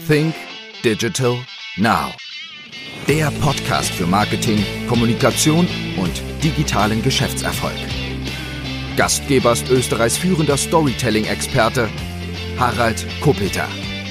Think Digital Now. Der Podcast für Marketing, Kommunikation und digitalen Geschäftserfolg. Gastgeber ist Österreichs führender Storytelling-Experte Harald Kopeter.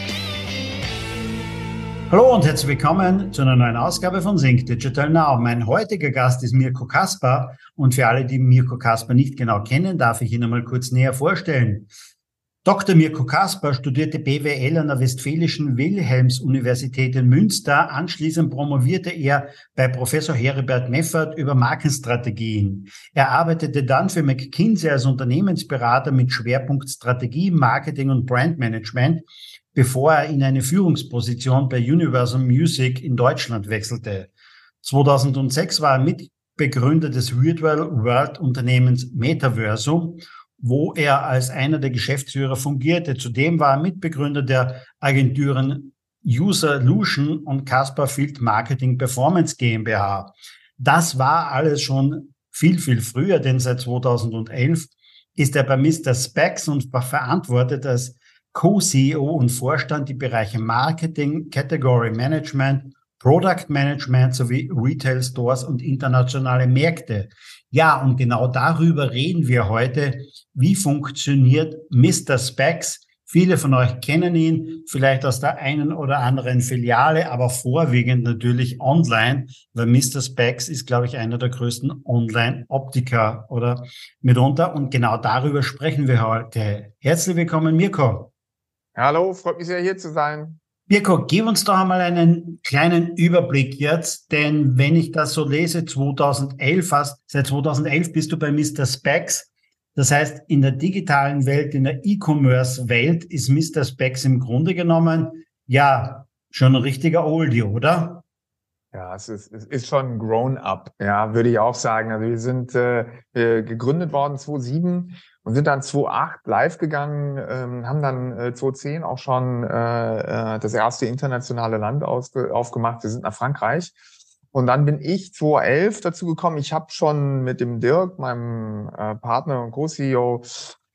Hallo und herzlich willkommen zu einer neuen Ausgabe von Think Digital Now. Mein heutiger Gast ist Mirko Kaspar und für alle, die Mirko Kaspar nicht genau kennen, darf ich ihn einmal kurz näher vorstellen. Dr. Mirko Kaspar studierte BWL an der Westfälischen Wilhelms-Universität in Münster. Anschließend promovierte er bei Professor Heribert Meffert über Markenstrategien. Er arbeitete dann für McKinsey als Unternehmensberater mit Schwerpunkt Strategie, Marketing und Brandmanagement, bevor er in eine Führungsposition bei Universal Music in Deutschland wechselte. 2006 war er Mitbegründer des Virtual World Unternehmens Metaversum, wo er als einer der Geschäftsführer fungierte. Zudem war er Mitbegründer der Agenturen Userlution und Kaspar Field Marketing Performance GmbH. Das war alles schon viel, viel früher, denn seit 2011 ist er bei Mr. Spex und verantwortet als Co-CEO und Vorstand die Bereiche Marketing, Category Management, Product Management sowie Retail Stores und internationale Märkte. Ja, und genau darüber reden wir heute. Wie funktioniert Mr. Spex? Viele von euch kennen ihn, vielleicht aus der einen oder anderen Filiale, aber vorwiegend natürlich online, weil Mr. Spex ist, glaube ich, einer der größten Online-Optiker oder mitunter. Und genau darüber sprechen wir heute. Herzlich willkommen, Mirko. Hallo, freut mich sehr, hier zu sein. Mirko, gib uns doch einmal einen kleinen Überblick jetzt, denn wenn ich das so lese, seit 2011 bist du bei Mr. Spex. Das heißt, in der digitalen Welt, in der E-Commerce-Welt ist Mr. Spex im Grunde genommen, ja, schon ein richtiger Oldie, oder? Ja, es ist schon grown up, ja, würde ich auch sagen. Also wir sind gegründet worden 2007 und sind dann 2008 live gegangen, haben dann 2010 auch schon das erste internationale Land aufgemacht. Wir sind nach Frankreich. Und dann bin ich 2011 dazu gekommen. Ich habe schon mit dem Dirk, meinem Partner und Co-CEO,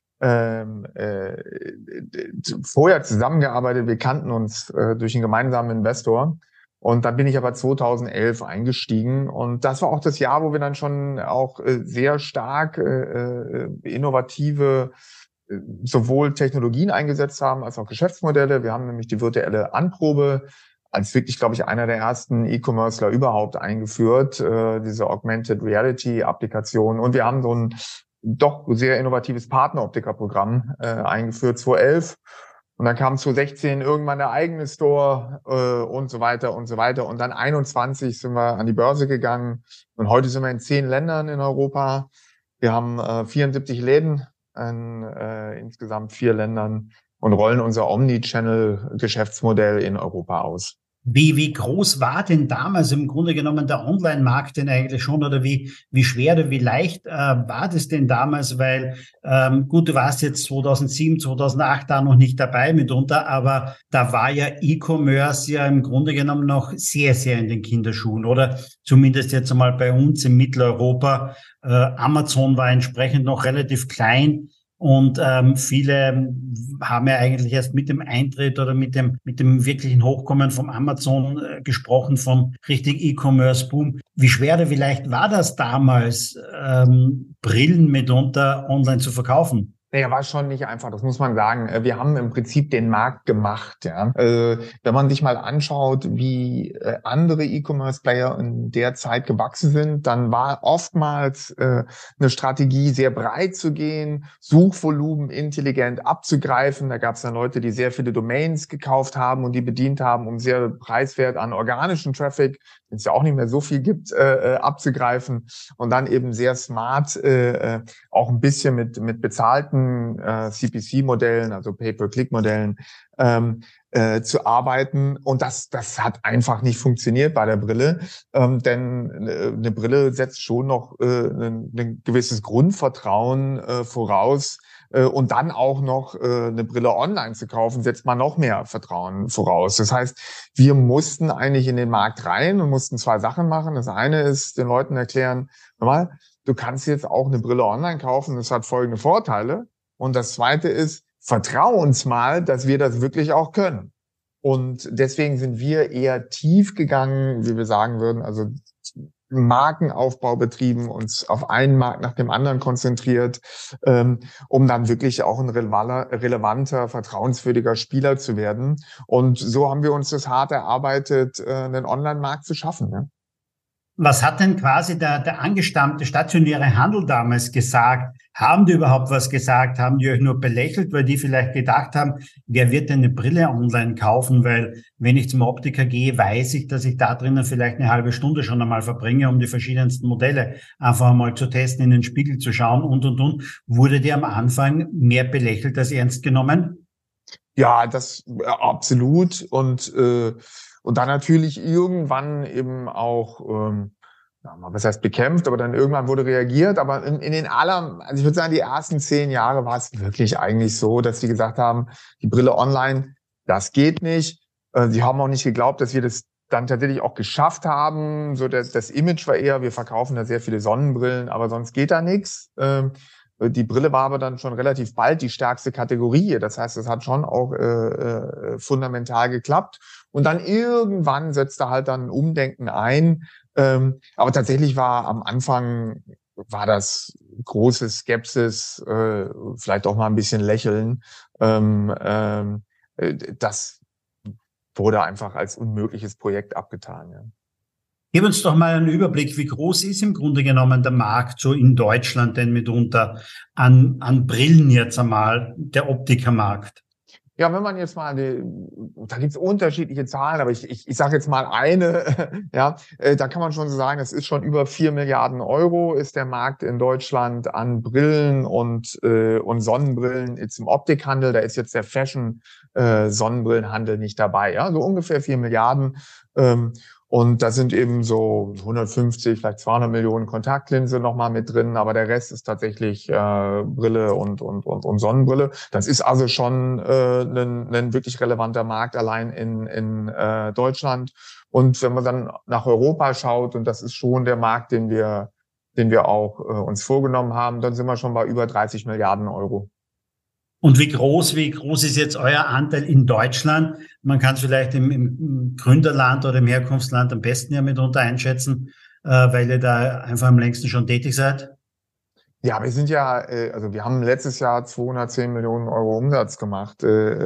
vorher zusammengearbeitet. Wir kannten uns durch einen gemeinsamen Investor. Und dann bin ich aber 2011 eingestiegen. Und das war auch das Jahr, wo wir dann schon auch sehr stark innovative sowohl Technologien eingesetzt haben als auch Geschäftsmodelle. Wir haben nämlich die virtuelle Anprobe als wirklich, glaube ich, einer der ersten E-Commercer überhaupt eingeführt, diese Augmented Reality Applikation. Und wir haben so ein doch sehr innovatives Partneroptiker-Programm eingeführt, 2011. Und dann kam 2016 irgendwann der eigene Store und so weiter und so weiter. Und dann 21 sind wir an die Börse gegangen. Und heute sind wir in 10 Ländern in Europa. Wir haben 74 Läden in insgesamt 4 Ländern und rollen unser Omnichannel-Geschäftsmodell in Europa aus. Wie groß war denn damals im Grunde genommen der Online-Markt denn eigentlich schon oder wie schwer oder wie leicht war das denn damals? Weil gut, du warst jetzt 2007, 2008 da noch nicht dabei mitunter, aber da war ja E-Commerce ja im Grunde genommen noch sehr, sehr in den Kinderschuhen oder zumindest jetzt einmal bei uns in Mitteleuropa. Amazon war entsprechend noch relativ klein. Und viele haben ja eigentlich erst mit dem Eintritt oder mit dem wirklichen Hochkommen vom Amazon gesprochen, vom richtigen E-Commerce-Boom. Wie schwer oder wie leicht war das damals, Brillen mitunter online zu verkaufen? Naja, war schon nicht einfach, das muss man sagen. Wir haben im Prinzip den Markt gemacht, ja. Wenn man sich mal anschaut, wie andere E-Commerce-Player in der Zeit gewachsen sind, dann war oftmals eine Strategie, sehr breit zu gehen, Suchvolumen intelligent abzugreifen. Da gab es dann Leute, die sehr viele Domains gekauft haben und die bedient haben, um sehr preiswert an organischen Traffic, den es ja auch nicht mehr so viel gibt, abzugreifen und dann eben sehr smart auch ein bisschen mit bezahlten CPC-Modellen, also Pay-per-Click-Modellen, zu arbeiten. Und das hat einfach nicht funktioniert bei der Brille, denn eine Brille setzt schon noch ein gewisses Grundvertrauen voraus. Und dann auch noch eine Brille online zu kaufen, setzt man noch mehr Vertrauen voraus. Das heißt, wir mussten eigentlich in den Markt rein und mussten 2 Sachen machen. Das eine ist, den Leuten erklären, nochmal, du kannst jetzt auch eine Brille online kaufen, das hat folgende Vorteile. Und das zweite ist, vertrau uns mal, dass wir das wirklich auch können. Und deswegen sind wir eher tief gegangen, wie wir sagen würden, also Markenaufbau betrieben, uns auf einen Markt nach dem anderen konzentriert, um dann wirklich auch ein relevanter, vertrauenswürdiger Spieler zu werden. Und so haben wir uns das hart erarbeitet, einen Online-Markt zu schaffen. Ne? Was hat denn quasi der angestammte stationäre Handel damals gesagt? Haben die überhaupt was gesagt? Haben die euch nur belächelt, weil die vielleicht gedacht haben, wer wird denn eine Brille online kaufen? Weil wenn ich zum Optiker gehe, weiß ich, dass ich da drinnen vielleicht eine halbe Stunde schon einmal verbringe, um die verschiedensten Modelle einfach einmal zu testen, in den Spiegel zu schauen und. Wurde die am Anfang mehr belächelt als ernst genommen? Ja, das absolut. Und dann natürlich irgendwann eben auch, was heißt bekämpft, aber dann irgendwann wurde reagiert. Aber in den also ich würde sagen, die ersten 10 Jahre war es wirklich eigentlich so, dass die gesagt haben, die Brille online, das geht nicht. Sie haben auch nicht geglaubt, dass wir das dann tatsächlich auch geschafft haben. So das Image war eher, wir verkaufen da sehr viele Sonnenbrillen, aber sonst geht da nichts. Die Brille war aber dann schon relativ bald die stärkste Kategorie. Das heißt, es hat schon auch fundamental geklappt. Und dann irgendwann setzte halt dann ein Umdenken ein. Aber tatsächlich war am Anfang das große Skepsis, vielleicht auch mal ein bisschen Lächeln. Das wurde einfach als unmögliches Projekt abgetan. Ja. Gib uns doch mal einen Überblick, wie groß ist im Grunde genommen der Markt so in Deutschland denn mitunter an Brillen jetzt einmal, der Optikermarkt? Ja, wenn man jetzt mal, da gibt's unterschiedliche Zahlen, aber ich sage jetzt mal eine, ja, da kann man schon so sagen, es ist schon über 4 Milliarden Euro ist der Markt in Deutschland an Brillen und Sonnenbrillen jetzt im Optikhandel. Da ist jetzt der Fashion-Sonnenbrillenhandel nicht dabei, ja, so ungefähr 4 Milliarden. Und da sind eben so 150, vielleicht 200 Millionen Kontaktlinse nochmal mit drin, aber der Rest ist tatsächlich Brille und Sonnenbrille. Das ist also schon ein wirklich relevanter Markt allein in Deutschland. Und wenn man dann nach Europa schaut, und das ist schon der Markt, den wir auch uns vorgenommen haben, dann sind wir schon bei über 30 Milliarden Euro. Und wie groß ist jetzt euer Anteil in Deutschland? Man kann es vielleicht im Gründerland oder im Herkunftsland am besten ja mitunter einschätzen, weil ihr da einfach am längsten schon tätig seid. Ja, wir sind ja, also wir haben letztes Jahr 210 Millionen Euro Umsatz gemacht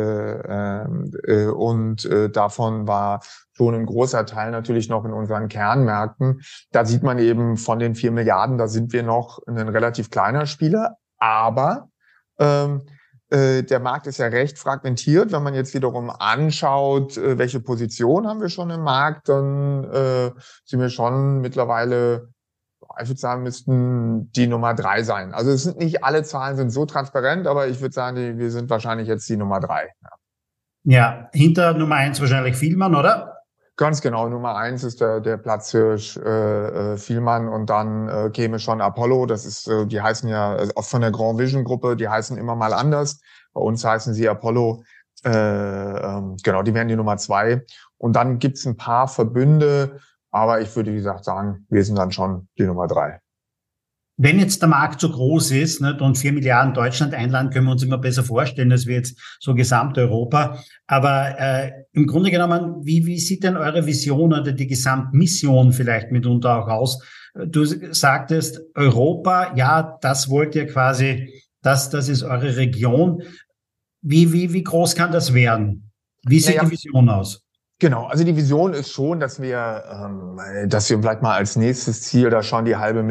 und davon war schon ein großer Teil natürlich noch in unseren Kernmärkten. Da sieht man eben von den 4 Milliarden, da sind wir noch ein relativ kleiner Spieler, aber der Markt ist ja recht fragmentiert. Wenn man jetzt wiederum anschaut, welche Position haben wir schon im Markt, dann sind wir schon mittlerweile, ich würde sagen, müssten die Nummer 3 sein. Also es sind nicht alle Zahlen sind so transparent, aber ich würde sagen, wir sind wahrscheinlich jetzt die Nummer 3. Ja, hinter Nummer 1 wahrscheinlich Fielmann, oder? Ganz genau, Nummer 1 ist der Platzhirsch Fielmann und dann käme schon Apollo. Das ist, die heißen ja auch von der Grand Vision Gruppe, die heißen immer mal anders. Bei uns heißen sie Apollo. Genau, die wären die Nummer 2. Und dann gibt's ein paar Verbünde, aber ich würde, wie gesagt, sagen, wir sind dann schon die Nummer 3. Wenn jetzt der Markt so groß ist, nicht, und 4 Milliarden Deutschland einladen, können wir uns immer besser vorstellen, als wir jetzt so Gesamteuropa. Aber im Grunde genommen, wie sieht denn eure Vision oder die Gesamtmission vielleicht mitunter auch aus? Du sagtest, Europa, ja, das wollt ihr quasi, das ist eure Region. Wie groß kann das werden? Wie sieht die Vision aus? Genau, also die Vision ist schon, dass wir vielleicht mal als nächstes Ziel da schon die halbe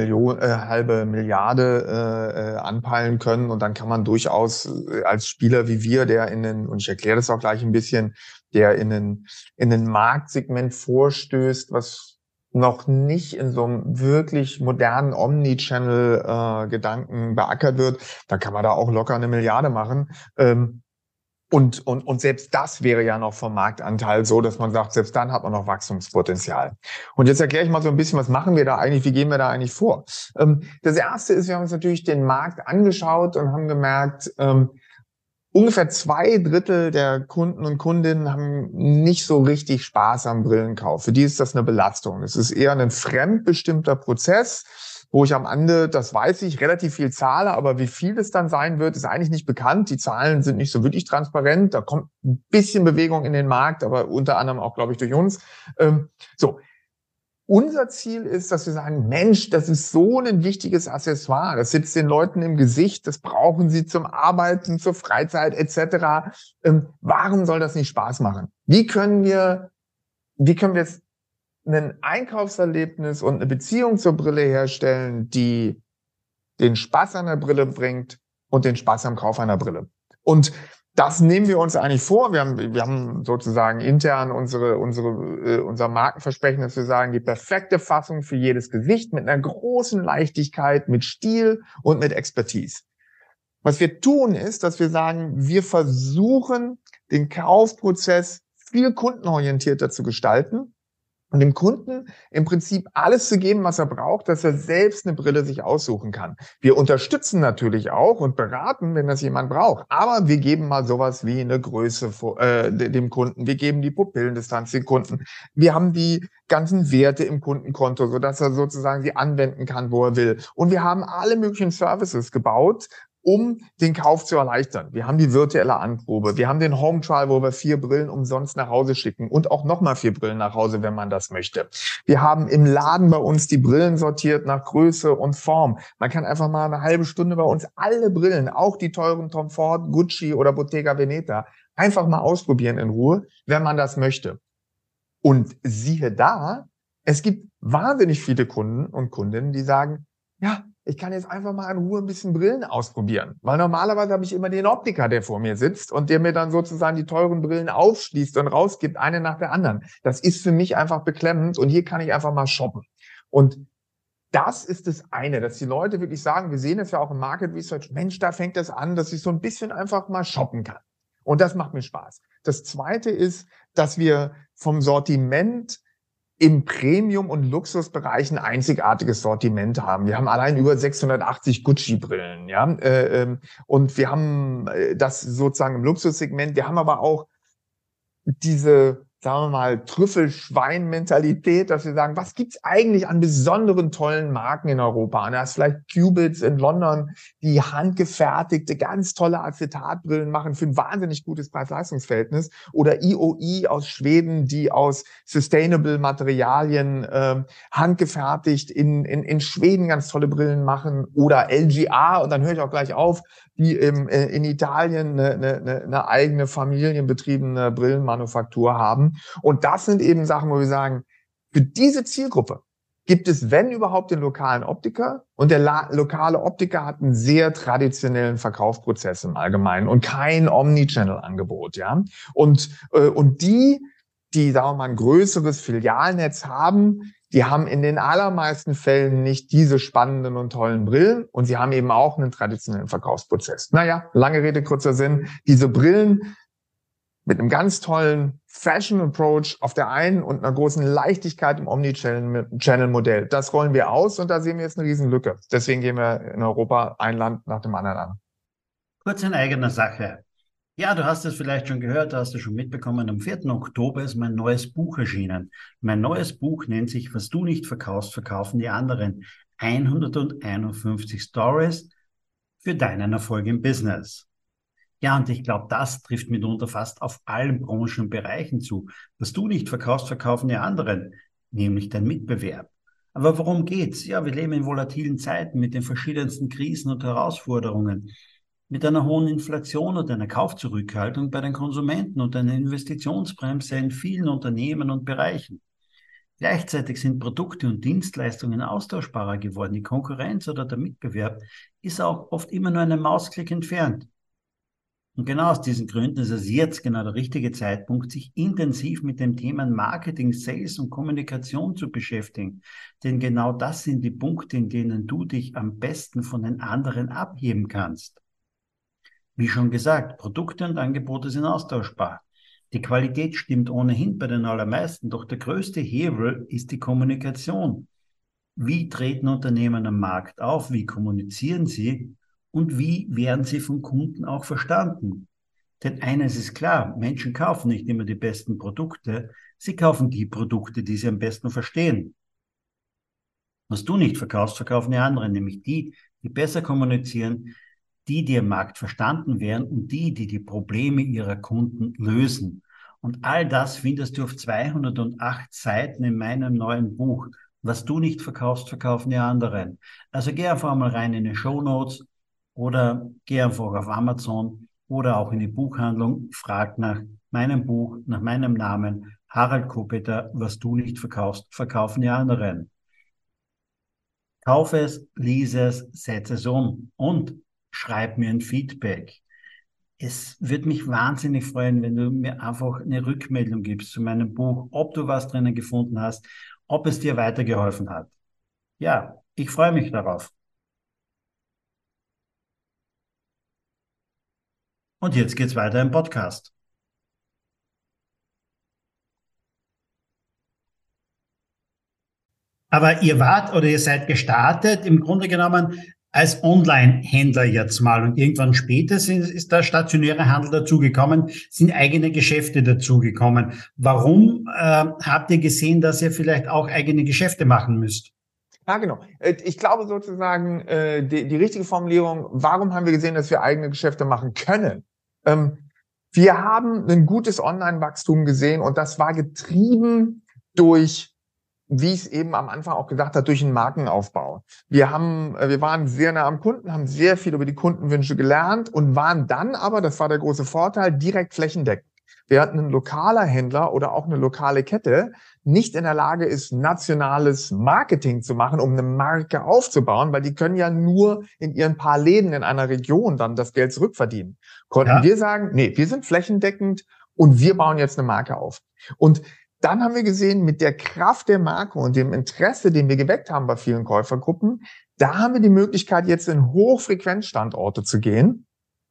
Milliarde anpeilen können und dann kann man durchaus als Spieler wie wir, und ich erkläre das auch gleich ein bisschen, der in ein Marktsegment vorstößt, was noch nicht in so einem wirklich modernen Omnichannel-Gedanken beackert wird, da kann man da auch locker 1 Milliarde machen. Und selbst das wäre ja noch vom Marktanteil so, dass man sagt, selbst dann hat man noch Wachstumspotenzial. Und jetzt erkläre ich mal so ein bisschen, was machen wir da eigentlich, wie gehen wir da eigentlich vor? Das Erste ist, wir haben uns natürlich den Markt angeschaut und haben gemerkt, ungefähr 2/3 der Kunden und Kundinnen haben nicht so richtig Spaß am Brillenkauf. Für die ist das eine Belastung. Es ist eher ein fremdbestimmter Prozess. wo ich am Ende, das weiß ich, relativ viel zahle, aber wie viel es dann sein wird, ist eigentlich nicht bekannt. Die Zahlen sind nicht so wirklich transparent. Da kommt ein bisschen Bewegung in den Markt, aber unter anderem auch, glaube ich, durch uns. So. Unser Ziel ist, dass wir sagen, Mensch, das ist so ein wichtiges Accessoire. Das sitzt den Leuten im Gesicht. Das brauchen sie zum Arbeiten, zur Freizeit etc. Warum soll das nicht Spaß machen? Wie können wir jetzt ein Einkaufserlebnis und eine Beziehung zur Brille herstellen, die den Spaß an der Brille bringt und den Spaß am Kauf einer Brille? Und das nehmen wir uns eigentlich vor. Wir haben sozusagen intern unser Markenversprechen, dass wir sagen, die perfekte Fassung für jedes Gesicht mit einer großen Leichtigkeit, mit Stil und mit Expertise. Was wir tun ist, dass wir sagen, wir versuchen, den Kaufprozess viel kundenorientierter zu gestalten und dem Kunden im Prinzip alles zu geben, was er braucht, dass er selbst eine Brille sich aussuchen kann. Wir unterstützen natürlich auch und beraten, wenn das jemand braucht. Aber wir geben mal sowas wie eine Größe dem Kunden. Wir geben die Pupillendistanz dem Kunden. Wir haben die ganzen Werte im Kundenkonto, sodass er sozusagen sie anwenden kann, wo er will. Und wir haben alle möglichen Services gebaut, um den Kauf zu erleichtern. Wir haben die virtuelle Anprobe, wir haben den Home Trial, wo wir 4 Brillen umsonst nach Hause schicken und auch nochmal 4 Brillen nach Hause, wenn man das möchte. Wir haben im Laden bei uns die Brillen sortiert nach Größe und Form. Man kann einfach mal eine halbe Stunde bei uns alle Brillen, auch die teuren Tom Ford, Gucci oder Bottega Veneta, einfach mal ausprobieren in Ruhe, wenn man das möchte. Und siehe da, es gibt wahnsinnig viele Kunden und Kundinnen, die sagen, ja, ich kann jetzt einfach mal in Ruhe ein bisschen Brillen ausprobieren. Weil normalerweise habe ich immer den Optiker, der vor mir sitzt und der mir dann sozusagen die teuren Brillen aufschließt und rausgibt, eine nach der anderen. Das ist für mich einfach beklemmend und hier kann ich einfach mal shoppen. Und das ist das eine, dass die Leute wirklich sagen, wir sehen es ja auch im Market Research, Mensch, da fängt es an, dass ich so ein bisschen einfach mal shoppen kann. Und das macht mir Spaß. Das zweite ist, dass wir vom Sortiment im Premium- und Luxusbereich ein einzigartiges Sortiment haben. Wir haben allein über 680 Gucci-Brillen, ja, und wir haben das sozusagen im Luxussegment. Wir haben aber auch diese, sagen wir mal, Trüffelschwein-Mentalität, dass wir sagen, was gibt's eigentlich an besonderen tollen Marken in Europa? Und da ist vielleicht Cubits in London, die handgefertigte, ganz tolle Acetatbrillen machen für ein wahnsinnig gutes Preis-Leistungs-Verhältnis. Oder IOI aus Schweden, die aus sustainable Materialien handgefertigt in Schweden ganz tolle Brillen machen. Oder LGA, und dann höre ich auch gleich auf, die in Italien eine eigene familienbetriebene Brillenmanufaktur haben. Und das sind eben Sachen, wo wir sagen, für diese Zielgruppe gibt es, wenn überhaupt, den lokalen Optiker. Und der lokale Optiker hat einen sehr traditionellen Verkaufsprozess im Allgemeinen und kein Omnichannel-Angebot, ja. Und die, sagen wir mal, ein größeres Filialnetz haben, die haben in den allermeisten Fällen nicht diese spannenden und tollen Brillen und sie haben eben auch einen traditionellen Verkaufsprozess. Naja, lange Rede, kurzer Sinn. Diese Brillen mit einem ganz tollen Fashion-Approach auf der einen und einer großen Leichtigkeit im Omnichannel-Modell. Das rollen wir aus und da sehen wir jetzt eine riesen Lücke. Deswegen gehen wir in Europa ein Land nach dem anderen an. Kurz in eigener Sache. Ja, du hast es vielleicht schon gehört, du hast es schon mitbekommen, am 4. Oktober ist mein neues Buch erschienen. Mein neues Buch nennt sich Was du nicht verkaufst, verkaufen die anderen. 151 Stories für deinen Erfolg im Business. Ja, und ich glaube, das trifft mitunter fast auf allen Branchen und Bereichen zu. Was du nicht verkaufst, verkaufen die anderen, nämlich dein Mitbewerb. Aber worum geht's? Ja, wir leben in volatilen Zeiten mit den verschiedensten Krisen und Herausforderungen, mit einer hohen Inflation und einer Kaufzurückhaltung bei den Konsumenten und einer Investitionsbremse in vielen Unternehmen und Bereichen. Gleichzeitig sind Produkte und Dienstleistungen austauschbarer geworden. Die Konkurrenz oder der Mitbewerb ist auch oft immer nur einen Mausklick entfernt. Und genau aus diesen Gründen ist es jetzt genau der richtige Zeitpunkt, sich intensiv mit dem Thema Marketing, Sales und Kommunikation zu beschäftigen. Denn genau das sind die Punkte, in denen du dich am besten von den anderen abheben kannst. Wie schon gesagt, Produkte und Angebote sind austauschbar. Die Qualität stimmt ohnehin bei den allermeisten, doch der größte Hebel ist die Kommunikation. Wie treten Unternehmen am Markt auf? Wie kommunizieren sie? Und wie werden sie vom Kunden auch verstanden? Denn eines ist klar, Menschen kaufen nicht immer die besten Produkte, sie kaufen die Produkte, die sie am besten verstehen. Was du nicht verkaufst, verkaufen die anderen, nämlich die, die besser kommunizieren, die im Markt verstanden werden und die Probleme ihrer Kunden lösen. Und all das findest du auf 208 Seiten in meinem neuen Buch. Was du nicht verkaufst, verkaufen die anderen. Also geh einfach mal rein in die Shownotes oder geh einfach auf Amazon oder auch in die Buchhandlung, frag nach meinem Buch, nach meinem Namen, Harald Kopeter, was du nicht verkaufst, verkaufen die anderen. Kauf es, lies es, setz es um und schreib mir ein Feedback. Es wird mich wahnsinnig freuen, wenn du mir einfach eine Rückmeldung gibst zu meinem Buch, ob du was drinnen gefunden hast, ob es dir weitergeholfen hat. Ja, ich freue mich darauf. Und jetzt geht's weiter im Podcast. Aber ihr wart oder ihr seid gestartet, im Grunde genommen als Online-Händler jetzt mal. Und irgendwann später ist der stationäre Handel dazugekommen, sind eigene Geschäfte dazugekommen. Warum habt ihr gesehen, dass ihr vielleicht auch eigene Geschäfte machen müsst? Ja, genau. Ich glaube sozusagen, die richtige Formulierung, warum haben wir gesehen, dass wir eigene Geschäfte machen können? Wir haben ein gutes Online-Wachstum gesehen und das war getrieben durch, wie ich es eben am Anfang auch gesagt habe, durch einen Markenaufbau. Wir waren sehr nah am Kunden, haben sehr viel über die Kundenwünsche gelernt und waren dann aber, das war der große Vorteil, direkt flächendeckend. Während ein lokaler Händler oder auch eine lokale Kette nicht in der Lage ist, nationales Marketing zu machen, um eine Marke aufzubauen, weil die können ja nur in ihren paar Läden in einer Region dann das Geld zurückverdienen. Konnten wir sagen, nee, wir sind flächendeckend und wir bauen jetzt eine Marke auf. Und dann haben wir gesehen, mit der Kraft der Marke und dem Interesse, den wir geweckt haben bei vielen Käufergruppen, da haben wir die Möglichkeit, jetzt in Hochfrequenzstandorte zu gehen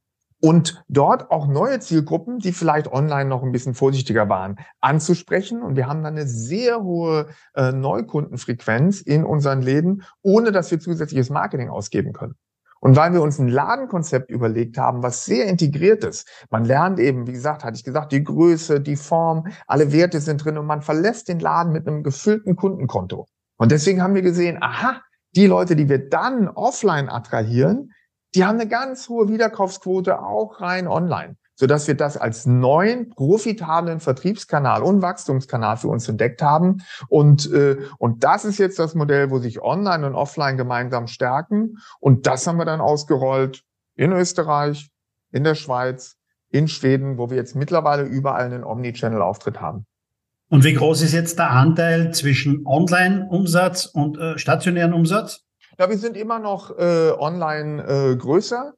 und dort auch neue Zielgruppen, die vielleicht online noch ein bisschen vorsichtiger waren, anzusprechen. Und wir haben dann eine sehr hohe Neukundenfrequenz in unseren Läden, ohne dass wir zusätzliches Marketing ausgeben können. Und weil wir uns ein Ladenkonzept überlegt haben, was sehr integriert ist, man lernt eben, wie gesagt, hatte ich gesagt, die Größe, die Form, alle Werte sind drin und man verlässt den Laden mit einem gefüllten Kundenkonto. Und deswegen haben wir gesehen, aha, die Leute, die wir dann offline attrahieren, die haben eine ganz hohe Wiederkaufsquote auch rein online, sodass wir das als neuen, profitablen Vertriebskanal und Wachstumskanal für uns entdeckt haben. Und das ist jetzt das Modell, wo sich Online und Offline gemeinsam stärken. Und das haben wir dann ausgerollt in Österreich, in der Schweiz, in Schweden, wo wir jetzt mittlerweile überall einen Omnichannel-Auftritt haben. Und wie groß ist jetzt der Anteil zwischen Online-Umsatz und stationären Umsatz? Ja, wir sind immer noch online größer.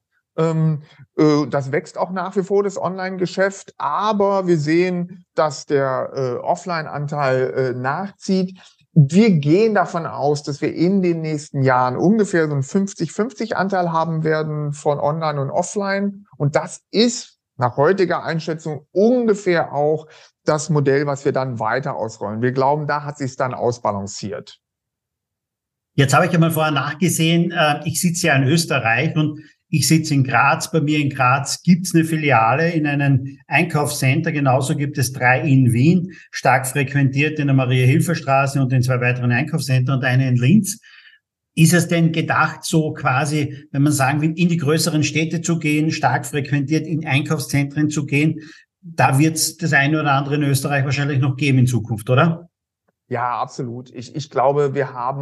Das wächst auch nach wie vor, das Online-Geschäft. Aber wir sehen, dass der Offline-Anteil nachzieht. Wir gehen davon aus, dass wir in den nächsten Jahren ungefähr so einen 50-50 Anteil haben werden von Online und Offline. Und das ist nach heutiger Einschätzung ungefähr auch das Modell, was wir dann weiter ausrollen. Wir glauben, da hat sich dann ausbalanciert. Jetzt habe ich einmal vorher nachgesehen, ich sitze ja in Österreich und ich sitze in Graz. Bei mir in Graz gibt's eine Filiale in einem Einkaufscenter. Genauso gibt es 3 in Wien, stark frequentiert in der Maria-Hilfer-Straße und in 2 weiteren Einkaufscentern und eine in Linz. Ist es denn gedacht, so quasi, wenn man sagen will, in die größeren Städte zu gehen, stark frequentiert in Einkaufszentren zu gehen? Da wird's das eine oder andere in Österreich wahrscheinlich noch geben in Zukunft, oder? Ja, absolut. Ich glaube,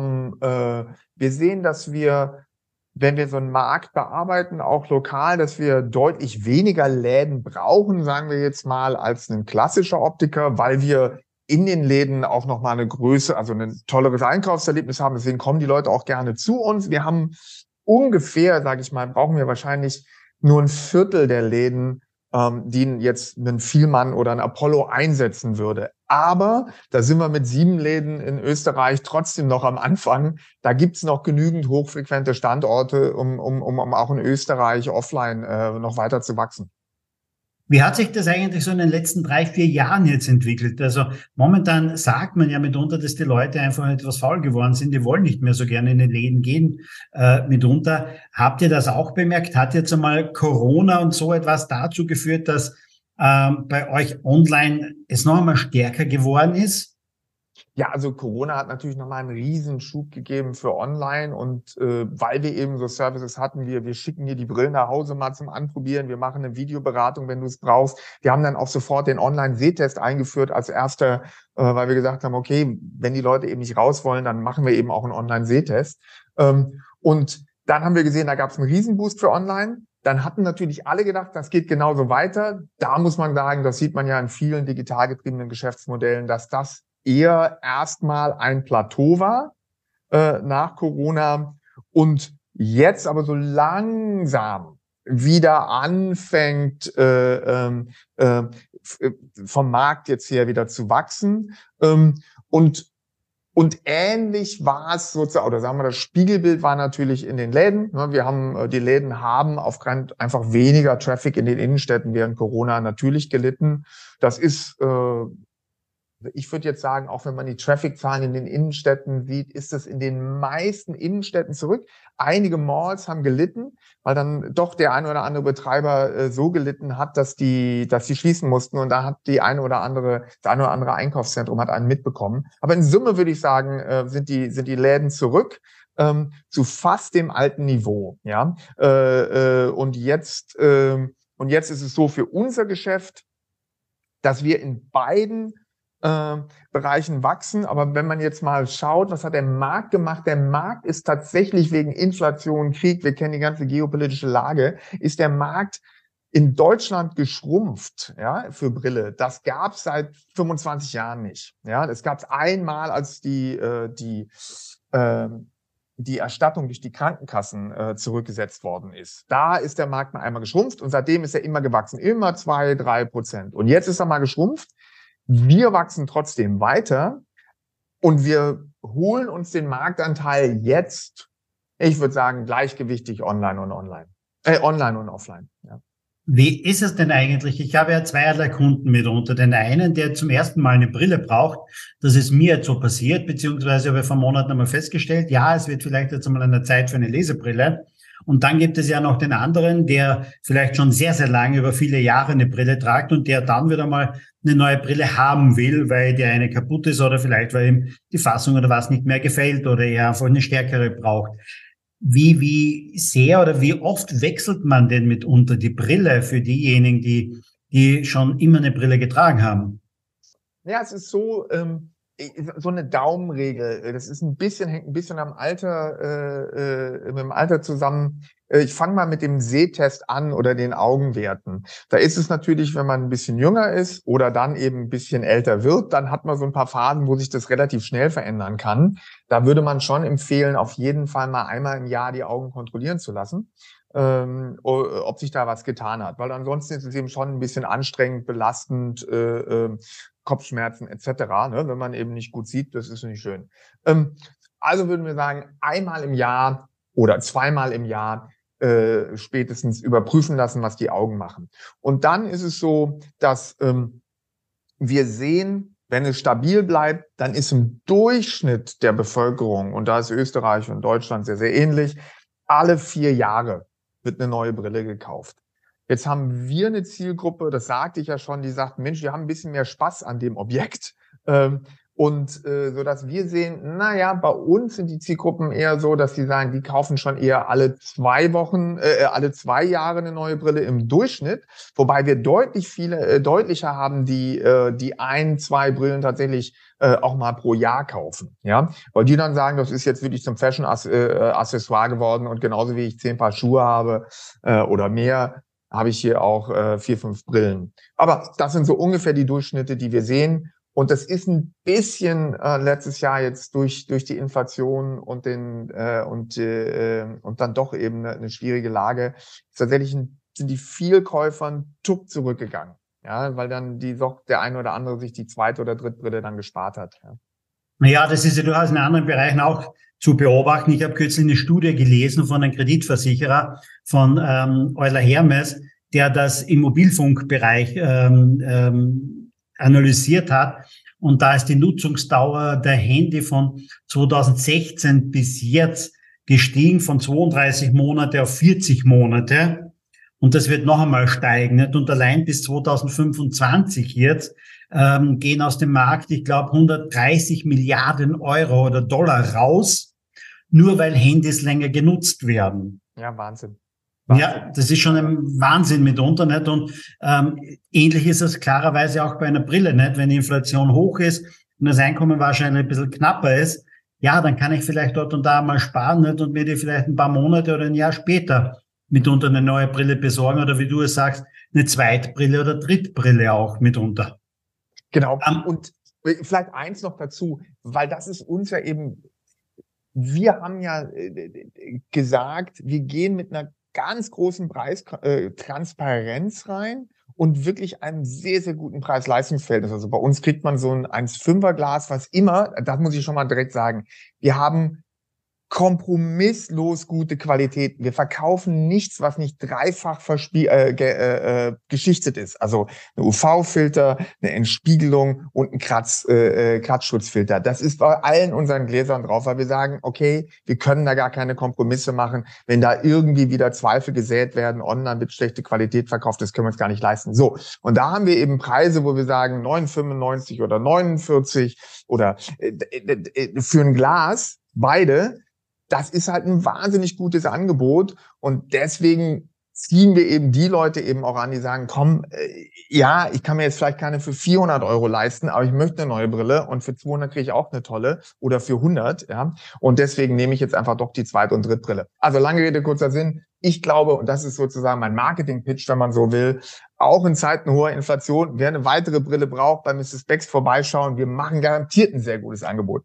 wir sehen, dass wir, wenn wir so einen Markt bearbeiten, auch lokal, dass wir deutlich weniger Läden brauchen, sagen wir jetzt mal, als ein klassischer Optiker, weil wir in den Läden auch nochmal eine Größe, also ein tolleres Einkaufserlebnis haben. Deswegen kommen die Leute auch gerne zu uns. Wir haben ungefähr, sage ich mal, brauchen wir wahrscheinlich nur ein Viertel der Läden, die jetzt einen Vielmann oder ein Apollo einsetzen würde. Aber da sind wir mit 7 Läden in Österreich trotzdem noch am Anfang. Da gibt's noch genügend hochfrequente Standorte, um auch in Österreich offline noch weiter zu wachsen. Wie hat sich das eigentlich so in den letzten 3-4 Jahren jetzt entwickelt? Also momentan sagt man ja mitunter, dass die Leute einfach etwas faul geworden sind. Die wollen nicht mehr so gerne in den Läden gehen mitunter. Habt ihr das auch bemerkt? Hat jetzt einmal Corona und so etwas dazu geführt, dass bei euch online es noch einmal stärker geworden ist? Ja, also Corona hat natürlich nochmal einen Riesenschub gegeben für online und weil wir eben so Services hatten, wir schicken dir die Brillen nach Hause mal zum Anprobieren, wir machen eine Videoberatung, wenn du es brauchst. Wir haben dann auch sofort den Online-Sehtest eingeführt als erster, weil wir gesagt haben, okay, wenn die Leute eben nicht raus wollen, dann machen wir eben auch einen Online-Sehtest. Und dann haben wir gesehen, da gab es einen Riesenboost für online. Dann hatten natürlich alle gedacht, das geht genauso weiter. Da muss man sagen, das sieht man ja in vielen digital getriebenen Geschäftsmodellen, dass das eher erstmal ein Plateau war nach Corona und jetzt aber so langsam wieder anfängt vom Markt jetzt her wieder zu wachsen und ähnlich war es sozusagen, oder sagen wir, das Spiegelbild war natürlich in den Läden. Die Läden haben aufgrund einfach weniger Traffic in den Innenstädten während Corona natürlich gelitten. Das ist ich würde jetzt sagen, auch wenn man die Traffic-Zahlen in den Innenstädten sieht, ist es in den meisten Innenstädten zurück. Einige Malls haben gelitten, weil dann doch der ein oder andere Betreiber so gelitten hat, dass die schließen mussten. Und da hat das eine oder andere Einkaufszentrum hat einen mitbekommen. Aber in Summe würde ich sagen, sind die Läden zurück zu fast dem alten Niveau. Ja, und jetzt ist es so für unser Geschäft, dass wir in beiden Bereichen wachsen. Aber wenn man jetzt mal schaut, was hat der Markt gemacht? Der Markt ist tatsächlich wegen Inflation, Krieg, wir kennen die ganze geopolitische Lage, ist der Markt in Deutschland geschrumpft, ja, für Brille. Das gab es seit 25 Jahren nicht. Ja, das gab es einmal, als die Erstattung durch die Krankenkassen zurückgesetzt worden ist. Da ist der Markt mal einmal geschrumpft und seitdem ist er immer gewachsen, immer 2-3%. Und jetzt ist er mal geschrumpft. Wir wachsen trotzdem weiter und wir holen uns den Marktanteil jetzt, ich würde sagen, gleichgewichtig online und offline. Ja. Wie ist es denn eigentlich? Ich habe ja zweierlei Kunden mitunter. Den einen, der zum ersten Mal eine Brille braucht, das ist mir jetzt so passiert, beziehungsweise habe ich vor Monaten einmal festgestellt, ja, es wird vielleicht jetzt einmal eine Zeit für eine Lesebrille. Und dann gibt es ja noch den anderen, der vielleicht schon sehr, sehr lange, über viele Jahre eine Brille tragt und der dann wieder mal eine neue Brille haben will, weil die eine kaputt ist oder vielleicht, weil ihm die Fassung oder was nicht mehr gefällt oder er einfach eine stärkere braucht. Wie sehr oder wie oft wechselt man denn mitunter die Brille für diejenigen, die schon immer eine Brille getragen haben? Ja, es ist so eine Daumenregel. Das ist hängt ein bisschen am Alter, mit dem Alter zusammen. Ich fange mal mit dem Sehtest an oder den Augenwerten. Da ist es natürlich, wenn man ein bisschen jünger ist oder dann eben ein bisschen älter wird, dann hat man so ein paar Phasen, wo sich das relativ schnell verändern kann. Da würde man schon empfehlen, auf jeden Fall mal einmal im Jahr die Augen kontrollieren zu lassen, ob sich da was getan hat. Weil ansonsten ist es eben schon ein bisschen anstrengend, belastend, Kopfschmerzen etc., ne, wenn man eben nicht gut sieht, das ist nicht schön. Also würden wir sagen, einmal im Jahr oder zweimal im Jahr spätestens überprüfen lassen, was die Augen machen. Und dann ist es so, dass wir sehen, wenn es stabil bleibt, dann ist im Durchschnitt der Bevölkerung, und da ist Österreich und Deutschland sehr, sehr ähnlich, alle 4 Jahre wird eine neue Brille gekauft. Jetzt haben wir eine Zielgruppe, das sagte ich ja schon, die sagt, Mensch, wir haben ein bisschen mehr Spaß an dem Objekt. So dass wir sehen, naja, bei uns sind die Zielgruppen eher so, dass sie sagen, die kaufen schon eher alle 2 Jahre eine neue Brille im Durchschnitt, wobei wir deutlicher haben, die 1-2 Brillen tatsächlich auch mal pro Jahr kaufen, ja, weil die dann sagen, das ist jetzt wirklich zum Fashion-Accessoire geworden und genauso wie ich 10 Paar Schuhe habe oder mehr, habe ich hier auch 4-5 Brillen. Aber das sind so ungefähr die Durchschnitte, die wir sehen. Und das ist ein bisschen letztes Jahr jetzt durch die Inflation und dann doch eben eine schwierige Lage. Tatsächlich sind die Vielkäufern zurückgegangen, ja, weil dann der eine oder andere sich die 2. oder 3. Brille dann gespart hat. Ja. Naja, das ist ja durchaus in anderen Bereichen auch zu beobachten. Ich habe kürzlich eine Studie gelesen von einem Kreditversicherer von Euler Hermes, der das im Mobilfunkbereich analysiert hat. Und da ist die Nutzungsdauer der Handy von 2016 bis jetzt gestiegen von 32 Monate auf 40 Monate. Und das wird noch einmal steigen. Nicht? Und allein bis 2025 jetzt gehen aus dem Markt, ich glaube, 130 Milliarden Euro oder Dollar raus, nur weil Handys länger genutzt werden. Ja, Wahnsinn. Ja, das ist schon ein Wahnsinn mitunter, nicht? Und ähnlich ist es klarerweise auch bei einer Brille, nicht? Wenn die Inflation hoch ist und das Einkommen wahrscheinlich ein bisschen knapper ist, ja, dann kann ich vielleicht dort und da mal sparen, nicht? Und mir die vielleicht ein paar Monate oder ein Jahr später mitunter eine neue Brille besorgen oder wie du es sagst, eine Zweitbrille oder Drittbrille auch mitunter. Genau. Und vielleicht eins noch dazu, weil das ist uns ja eben, wir haben ja gesagt, wir gehen mit einer ganz großen Preistransparenz rein und wirklich einem sehr, sehr guten Preis-Leistungs-Verhältnis. Also bei uns kriegt man so ein 1,5er Glas, was immer, das muss ich schon mal direkt sagen, wir haben kompromisslos gute Qualität. Wir verkaufen nichts, was nicht dreifach geschichtet ist. Also ein UV-Filter, eine Entspiegelung und ein Kratzschutzfilter. Das ist bei allen unseren Gläsern drauf, weil wir sagen, okay, wir können da gar keine Kompromisse machen. Wenn da irgendwie wieder Zweifel gesät werden, online wird schlechte Qualität verkauft, das können wir uns gar nicht leisten. So, und da haben wir eben Preise, wo wir sagen 9,95 oder 49 oder für ein Glas, beide. Das ist halt ein wahnsinnig gutes Angebot und deswegen ziehen wir eben die Leute eben auch an, die sagen, komm, ja, ich kann mir jetzt vielleicht keine für 400 Euro leisten, aber ich möchte eine neue Brille und für 200 kriege ich auch eine tolle oder für 100, ja. Und deswegen nehme ich jetzt einfach doch die Zweit- und Drittbrille. Also lange Rede, kurzer Sinn. Ich glaube, und das ist sozusagen mein Marketing-Pitch, wenn man so will, auch in Zeiten hoher Inflation, wer eine weitere Brille braucht, bei Mrs. Becks vorbeischauen. Wir machen garantiert ein sehr gutes Angebot.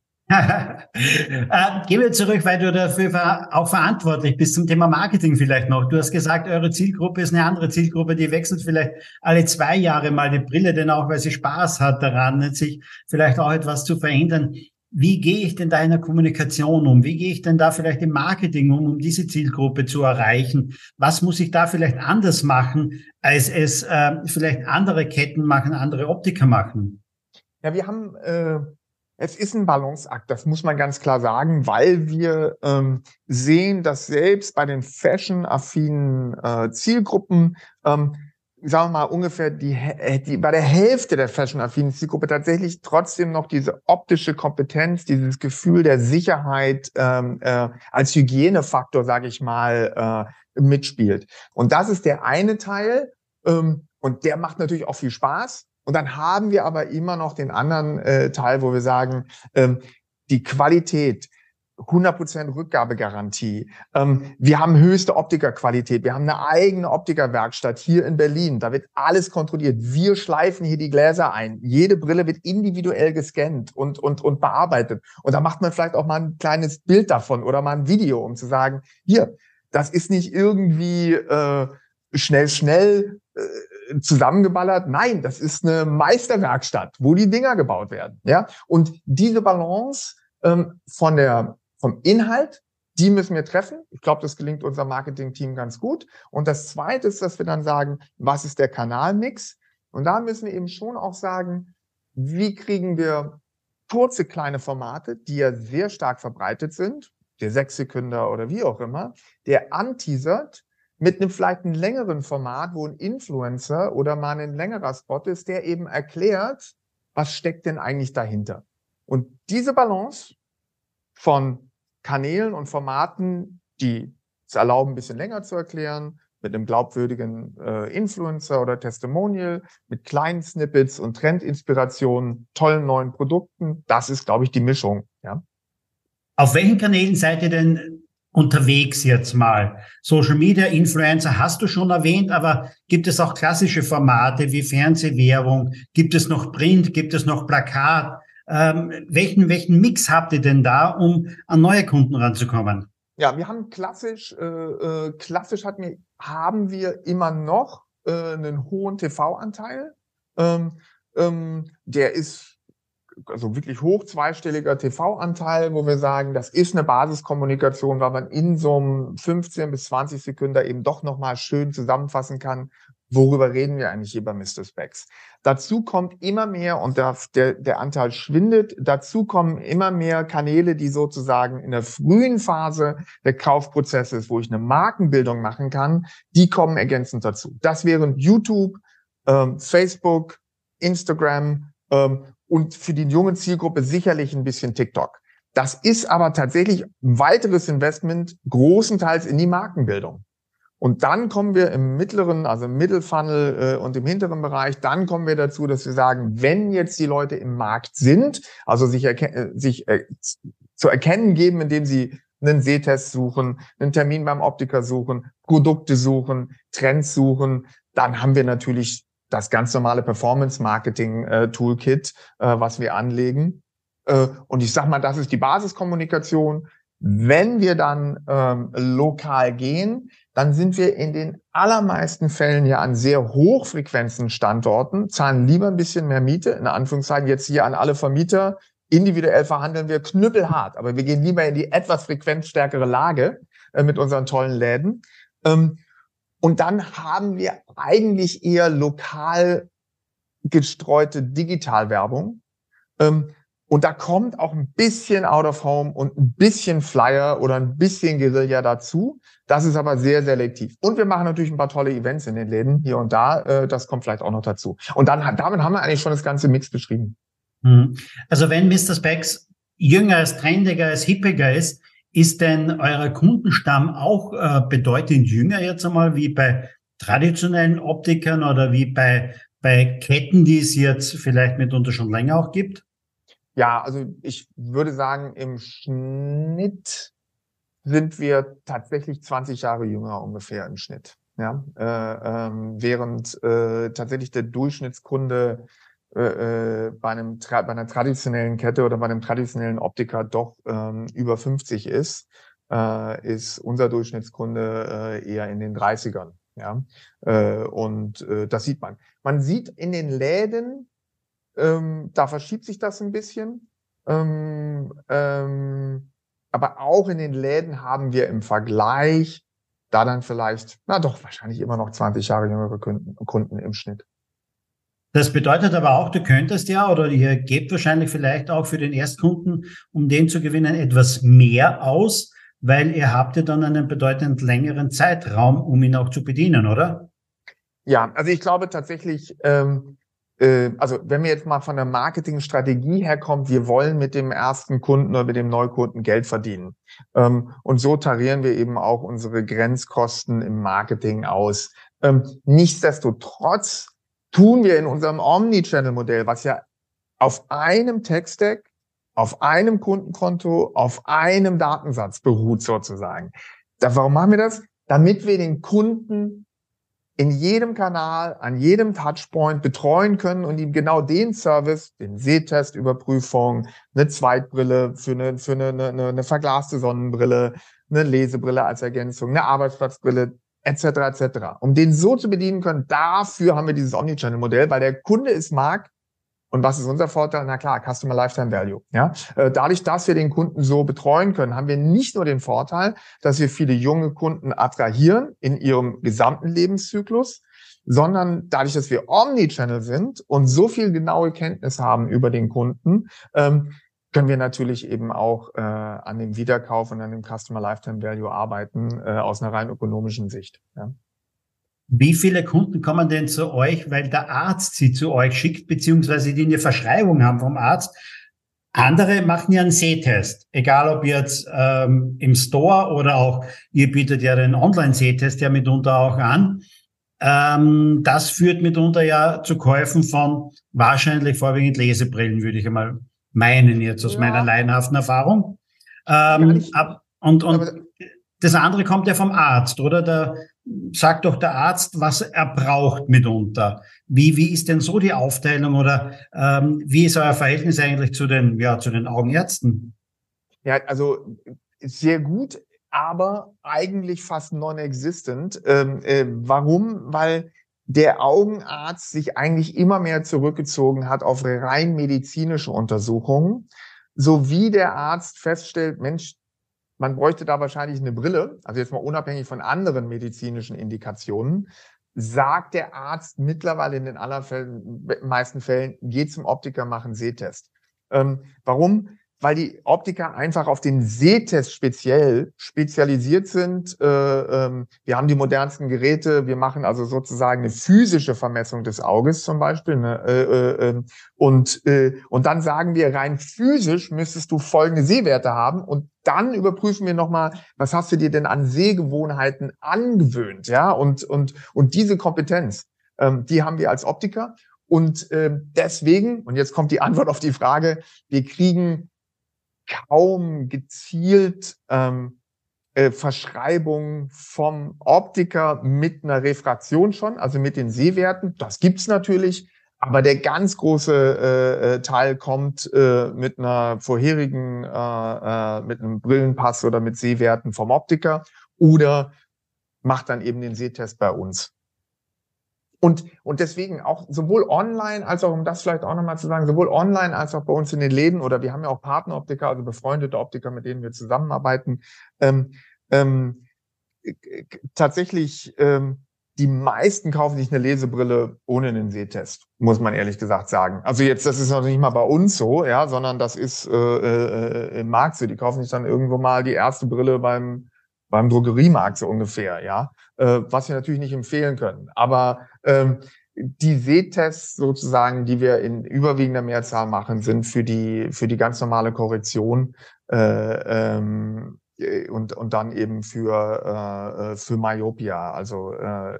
Gehen wir zurück, weil du dafür auch verantwortlich bist zum Thema Marketing vielleicht noch. Du hast gesagt, eure Zielgruppe ist eine andere Zielgruppe, die wechselt vielleicht alle 2 Jahre mal die Brille, denn auch weil sie Spaß hat daran, sich vielleicht auch etwas zu verändern. Wie gehe ich denn da in der Kommunikation um? Wie gehe ich denn da vielleicht im Marketing um diese Zielgruppe zu erreichen? Was muss ich da vielleicht anders machen, als es vielleicht andere Ketten machen, andere Optiker machen? Ja, wir haben es ist ein Balanceakt, das muss man ganz klar sagen, weil wir sehen, dass selbst bei den fashion-affinen Zielgruppen, sagen wir mal ungefähr die bei der Hälfte der fashion-affinen Zielgruppe tatsächlich trotzdem noch diese optische Kompetenz, dieses Gefühl der Sicherheit als Hygienefaktor, sage ich mal, mitspielt. Und das ist der eine Teil und der macht natürlich auch viel Spaß. Und dann haben wir aber immer noch den anderen Teil, wo wir sagen, die Qualität, 100% Rückgabegarantie. Wir haben höchste Optikerqualität. Wir haben eine eigene Optikerwerkstatt hier in Berlin. Da wird alles kontrolliert. Wir schleifen hier die Gläser ein. Jede Brille wird individuell gescannt und bearbeitet. Und da macht man vielleicht auch mal ein kleines Bild davon oder mal ein Video, um zu sagen, hier, das ist nicht irgendwie schnell zusammengeballert. Nein, das ist eine Meisterwerkstatt, wo die Dinger gebaut werden. Ja, und diese Balance vom Inhalt, die müssen wir treffen. Ich glaube, das gelingt unserem Marketing-Team ganz gut. Und das Zweite ist, dass wir dann sagen, was ist der Kanalmix? Und da müssen wir eben schon auch sagen, wie kriegen wir kurze, kleine Formate, die ja sehr stark verbreitet sind, der 6-Sekünder oder wie auch immer, der anteasert, mit einem vielleicht einem längeren Format, wo ein Influencer oder mal ein längerer Spot ist, der eben erklärt, was steckt denn eigentlich dahinter. Und diese Balance von Kanälen und Formaten, die es erlauben, ein bisschen länger zu erklären, mit einem glaubwürdigen Influencer oder Testimonial, mit kleinen Snippets und Trendinspirationen, tollen neuen Produkten, das ist, glaube ich, die Mischung. Ja. Auf welchen Kanälen seid ihr denn unterwegs jetzt mal? Social Media, Influencer hast du schon erwähnt, aber gibt es auch klassische Formate wie Fernsehwerbung? Gibt es noch Print? Gibt es noch Plakat? Welchen Mix habt ihr denn da, um an neue Kunden ranzukommen? Ja, wir haben haben wir immer noch einen hohen TV-Anteil. Der ist also wirklich hoch zweistelliger TV-Anteil, wo wir sagen, das ist eine Basiskommunikation, weil man in so einem 15 bis 20 Sekunden eben doch nochmal schön zusammenfassen kann, worüber reden wir eigentlich hier bei Mr. Spex? Dazu kommt immer mehr, und der Anteil schwindet, dazu kommen immer mehr Kanäle, die sozusagen in der frühen Phase der Kaufprozesse, wo ich eine Markenbildung machen kann, die kommen ergänzend dazu. Das wären YouTube, Facebook, Instagram und für die junge Zielgruppe sicherlich ein bisschen TikTok. Das ist aber tatsächlich ein weiteres Investment, großenteils in die Markenbildung. Und dann kommen wir im mittleren, also im Middle-Funnel und im hinteren Bereich, dann kommen wir dazu, dass wir sagen, wenn jetzt die Leute im Markt sind, also sich zu erkennen geben, indem sie einen Sehtest suchen, einen Termin beim Optiker suchen, Produkte suchen, Trends suchen, dann haben wir natürlich das ganz normale Performance-Marketing-Toolkit, was wir anlegen. Und ich sag mal, das ist die Basiskommunikation. Wenn wir dann lokal gehen, dann sind wir in den allermeisten Fällen ja an sehr hochfrequenten Standorten, zahlen lieber ein bisschen mehr Miete, in Anführungszeichen jetzt hier an alle Vermieter. Individuell verhandeln wir knüppelhart, aber wir gehen lieber in die etwas frequenzstärkere Lage mit unseren tollen Läden. Und dann haben wir eigentlich eher lokal gestreute Digitalwerbung. Und da kommt auch ein bisschen Out of Home und ein bisschen Flyer oder ein bisschen Guerilla dazu. Das ist aber sehr selektiv. Und wir machen natürlich ein paar tolle Events in den Läden hier und da. Das kommt vielleicht auch noch dazu. Und dann damit haben wir eigentlich schon das ganze Mix beschrieben. Also wenn Mr. Spex jünger ist, trendiger ist, hippiger ist denn euer Kundenstamm auch bedeutend jünger jetzt einmal wie bei traditionellen Optikern oder wie bei Ketten, die es jetzt vielleicht mitunter schon länger auch gibt? Ja, also ich würde sagen, im Schnitt sind wir tatsächlich 20 Jahre jünger ungefähr im Schnitt. Ja, während tatsächlich der Durchschnittskunde bei einer traditionellen Kette oder bei einem traditionellen Optiker doch über 50 ist unser Durchschnittskunde eher in den 30ern. Ja, und das sieht man. Man sieht in den Läden, da verschiebt sich das ein bisschen. Aber auch in den Läden haben wir im Vergleich da dann vielleicht, wahrscheinlich immer noch 20 Jahre jüngere Kunden im Schnitt. Das bedeutet aber auch, du könntest ja oder ihr gebt wahrscheinlich vielleicht auch für den Erstkunden, um den zu gewinnen, etwas mehr aus, weil ihr habt ja dann einen bedeutend längeren Zeitraum, um ihn auch zu bedienen, oder? Ja, also ich glaube tatsächlich, also wenn wir jetzt mal von der Marketingstrategie herkommt, wir wollen mit dem ersten Kunden oder mit dem Neukunden Geld verdienen. Und so tarieren wir eben auch unsere Grenzkosten im Marketing aus. Nichtsdestotrotz tun wir in unserem Omnichannel-Modell, was ja auf einem Tech-Stack, auf einem Kundenkonto, auf einem Datensatz beruht sozusagen. Warum machen wir das? Damit wir den Kunden in jedem Kanal, an jedem Touchpoint betreuen können und ihm genau den Service, den Sehtestüberprüfung, eine Zweitbrille für eine verglaste Sonnenbrille, eine Lesebrille als Ergänzung, eine Arbeitsplatzbrille, etc., um den so zu bedienen können. Dafür haben wir dieses Omnichannel-Modell, weil der Kunde es mag. Und was ist unser Vorteil? Na klar, Customer Lifetime Value. Ja, dadurch, dass wir den Kunden so betreuen können, haben wir nicht nur den Vorteil, dass wir viele junge Kunden attrahieren in ihrem gesamten Lebenszyklus, sondern dadurch, dass wir Omnichannel sind und so viel genaue Kenntnis haben über den Kunden, können wir natürlich eben auch an dem Wiederkauf und an dem Customer Lifetime Value arbeiten aus einer rein ökonomischen Sicht. Ja. Wie viele Kunden kommen denn zu euch, weil der Arzt sie zu euch schickt, beziehungsweise die eine Verschreibung haben vom Arzt? Andere machen ja einen Sehtest, egal ob jetzt im Store oder auch, ihr bietet ja den Online-Sehtest ja mitunter auch an. Das führt mitunter ja zu Käufen von wahrscheinlich vorwiegend Lesebrillen, würde ich einmal meinen, jetzt aus meiner laienhaften Erfahrung. Und das andere kommt ja vom Arzt, oder? Da sagt doch der Arzt, was er braucht mitunter. Wie ist denn so die Aufteilung oder wie ist euer Verhältnis eigentlich zu den Augenärzten? Ja, also sehr gut, aber eigentlich fast non-existent. Warum? Weil der Augenarzt sich eigentlich immer mehr zurückgezogen hat auf rein medizinische Untersuchungen, sowie der Arzt feststellt, Mensch, man bräuchte da wahrscheinlich eine Brille, also jetzt mal unabhängig von anderen medizinischen Indikationen, sagt der Arzt mittlerweile in den meisten Fällen, geh zum Optiker, mach einen Sehtest. Warum? Weil die Optiker einfach auf den Sehtest spezialisiert sind. Wir haben die modernsten Geräte, wir machen also sozusagen eine physische Vermessung des Auges zum Beispiel. Ne? Und dann sagen wir, rein physisch müsstest du folgende Sehwerte haben und dann überprüfen wir nochmal, was hast du dir denn an Sehgewohnheiten angewöhnt? Ja, und diese Kompetenz, die haben wir als Optiker. Und deswegen, und jetzt kommt die Antwort auf die Frage, wir kriegen kaum gezielt Verschreibung vom Optiker mit einer Refraktion schon, also mit den Sehwerten. Das gibt's natürlich, aber der ganz große Teil kommt mit einer vorherigen, mit einem Brillenpass oder mit Sehwerten vom Optiker oder macht dann eben den Sehtest bei uns. Und deswegen auch sowohl online als auch, um das vielleicht auch nochmal zu sagen, sowohl online als auch bei uns in den Läden oder wir haben ja auch Partneroptiker, also befreundete Optiker, mit denen wir zusammenarbeiten. Tatsächlich, die meisten kaufen sich eine Lesebrille ohne einen Sehtest, muss man ehrlich gesagt sagen. Also jetzt, das ist noch nicht mal bei uns so, ja, sondern das ist im Markt so. Die kaufen sich dann irgendwo mal die erste Brille beim Drogeriemarkt so ungefähr, ja, was wir natürlich nicht empfehlen können. Aber die Sehtests sozusagen, die wir in überwiegender Mehrzahl machen, sind für die ganz normale Korrektion und dann eben für Myopia, also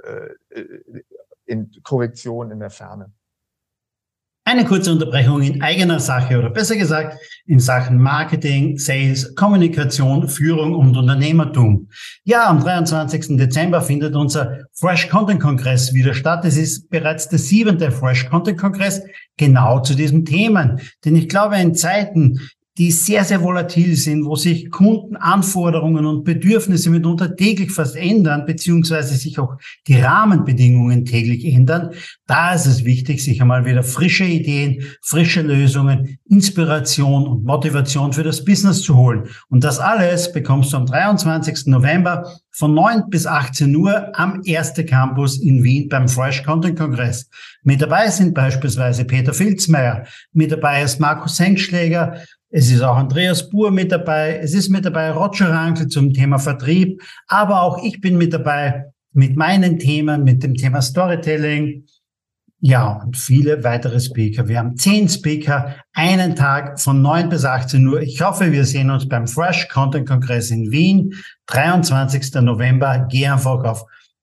in Korrektion in der Ferne. Eine kurze Unterbrechung in eigener Sache oder besser gesagt in Sachen Marketing, Sales, Kommunikation, Führung und Unternehmertum. Ja, am 23. Dezember findet unser Fresh Content Kongress wieder statt. Es ist bereits der 7. Fresh Content Kongress genau zu diesen Themen. Denn ich glaube, in Zeiten, die sehr, sehr volatil sind, wo sich Kundenanforderungen und Bedürfnisse mitunter täglich fast ändern, beziehungsweise sich auch die Rahmenbedingungen täglich ändern. Da ist es wichtig, sich einmal wieder frische Ideen, frische Lösungen, Inspiration und Motivation für das Business zu holen. Und das alles bekommst du am 23. November von 9 bis 18 Uhr am Erste Campus in Wien beim Fresh Content Kongress. Mit dabei sind beispielsweise Peter Filzmeier, mit dabei ist Markus Hengschläger, es ist auch Andreas Buhr mit dabei, es ist mit dabei Roger Rankel zum Thema Vertrieb, aber auch ich bin mit dabei mit meinen Themen, mit dem Thema Storytelling, ja, und viele weitere Speaker. Wir haben 10 Speaker, einen Tag von 9 bis 18 Uhr. Ich hoffe, wir sehen uns beim Fresh Content Kongress in Wien, 23. November. Geh einfach auf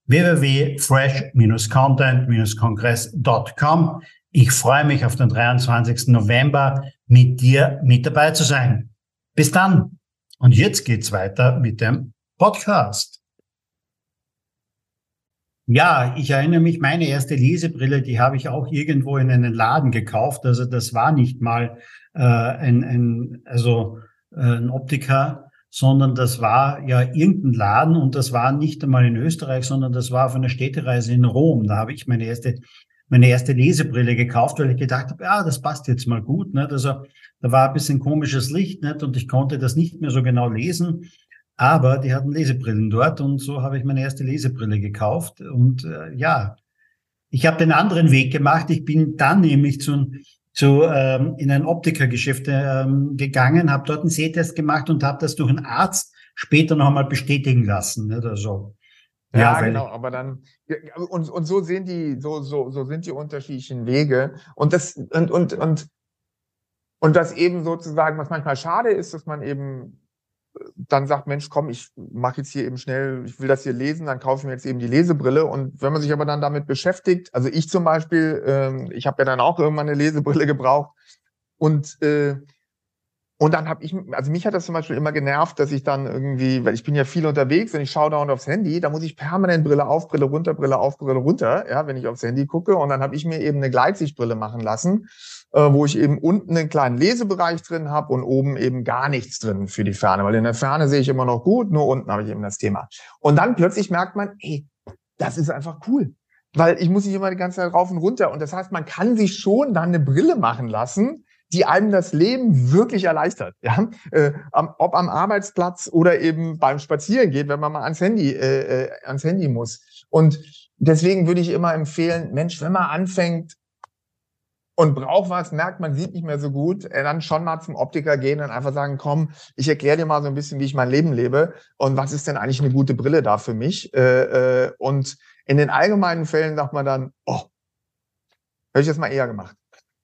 www.fresh-content-kongress.com. Ich freue mich auf den 23. November mit dir mit dabei zu sein. Bis dann. Und jetzt geht's weiter mit dem Podcast. Ja, ich erinnere mich, meine erste Lesebrille, die habe ich auch irgendwo in einen Laden gekauft. Also das war nicht mal ein Optiker, sondern das war ja irgendein Laden und das war nicht einmal in Österreich, sondern das war auf einer Städtereise in Rom. Da habe ich meine erste Lesebrille gekauft, weil ich gedacht habe, ja, das passt jetzt mal gut. Nicht? Also da war ein bisschen komisches Licht, nicht? Und ich konnte das nicht mehr so genau lesen. Aber die hatten Lesebrillen dort und so habe ich meine erste Lesebrille gekauft. Und ich habe den anderen Weg gemacht. Ich bin dann nämlich in ein Optikergeschäft gegangen, habe dort einen Sehtest gemacht und habe das durch einen Arzt später noch einmal bestätigen lassen. Nicht? Also, ja, genau, aber dann und so sind die unterschiedlichen Wege und das eben sozusagen, was manchmal schade ist, dass man eben dann sagt, Mensch, komm, ich mache jetzt hier eben schnell, ich will das hier lesen, dann kaufe ich mir jetzt eben die Lesebrille. Und wenn man sich aber dann damit beschäftigt, also ich zum Beispiel, ich habe ja dann auch irgendwann eine Lesebrille gebraucht und dann habe mich hat das zum Beispiel immer genervt, dass ich dann irgendwie, weil ich bin ja viel unterwegs und ich schaue dauernd aufs Handy, da muss ich permanent Brille auf, Brille runter, Brille auf, Brille runter, ja, wenn ich aufs Handy gucke. Und dann habe ich mir eben eine Gleitsichtbrille machen lassen, wo ich eben unten einen kleinen Lesebereich drin habe und oben eben gar nichts drin für die Ferne, weil in der Ferne sehe ich immer noch gut, nur unten habe ich eben das Thema. Und dann plötzlich merkt man, ey, das ist einfach cool, weil ich muss nicht immer die ganze Zeit rauf und runter. Und das heißt, man kann sich schon dann eine Brille machen lassen, die einem das Leben wirklich erleichtert, ja, ob am Arbeitsplatz oder eben beim Spazierengehen, wenn man mal ans Handy muss. Und deswegen würde ich immer empfehlen, Mensch, wenn man anfängt und braucht was, merkt, man sieht nicht mehr so gut, dann schon mal zum Optiker gehen und einfach sagen, komm, ich erkläre dir mal so ein bisschen, wie ich mein Leben lebe und was ist denn eigentlich eine gute Brille da für mich. Und in den allgemeinen Fällen sagt man dann, oh, hätte ich das mal eher gemacht.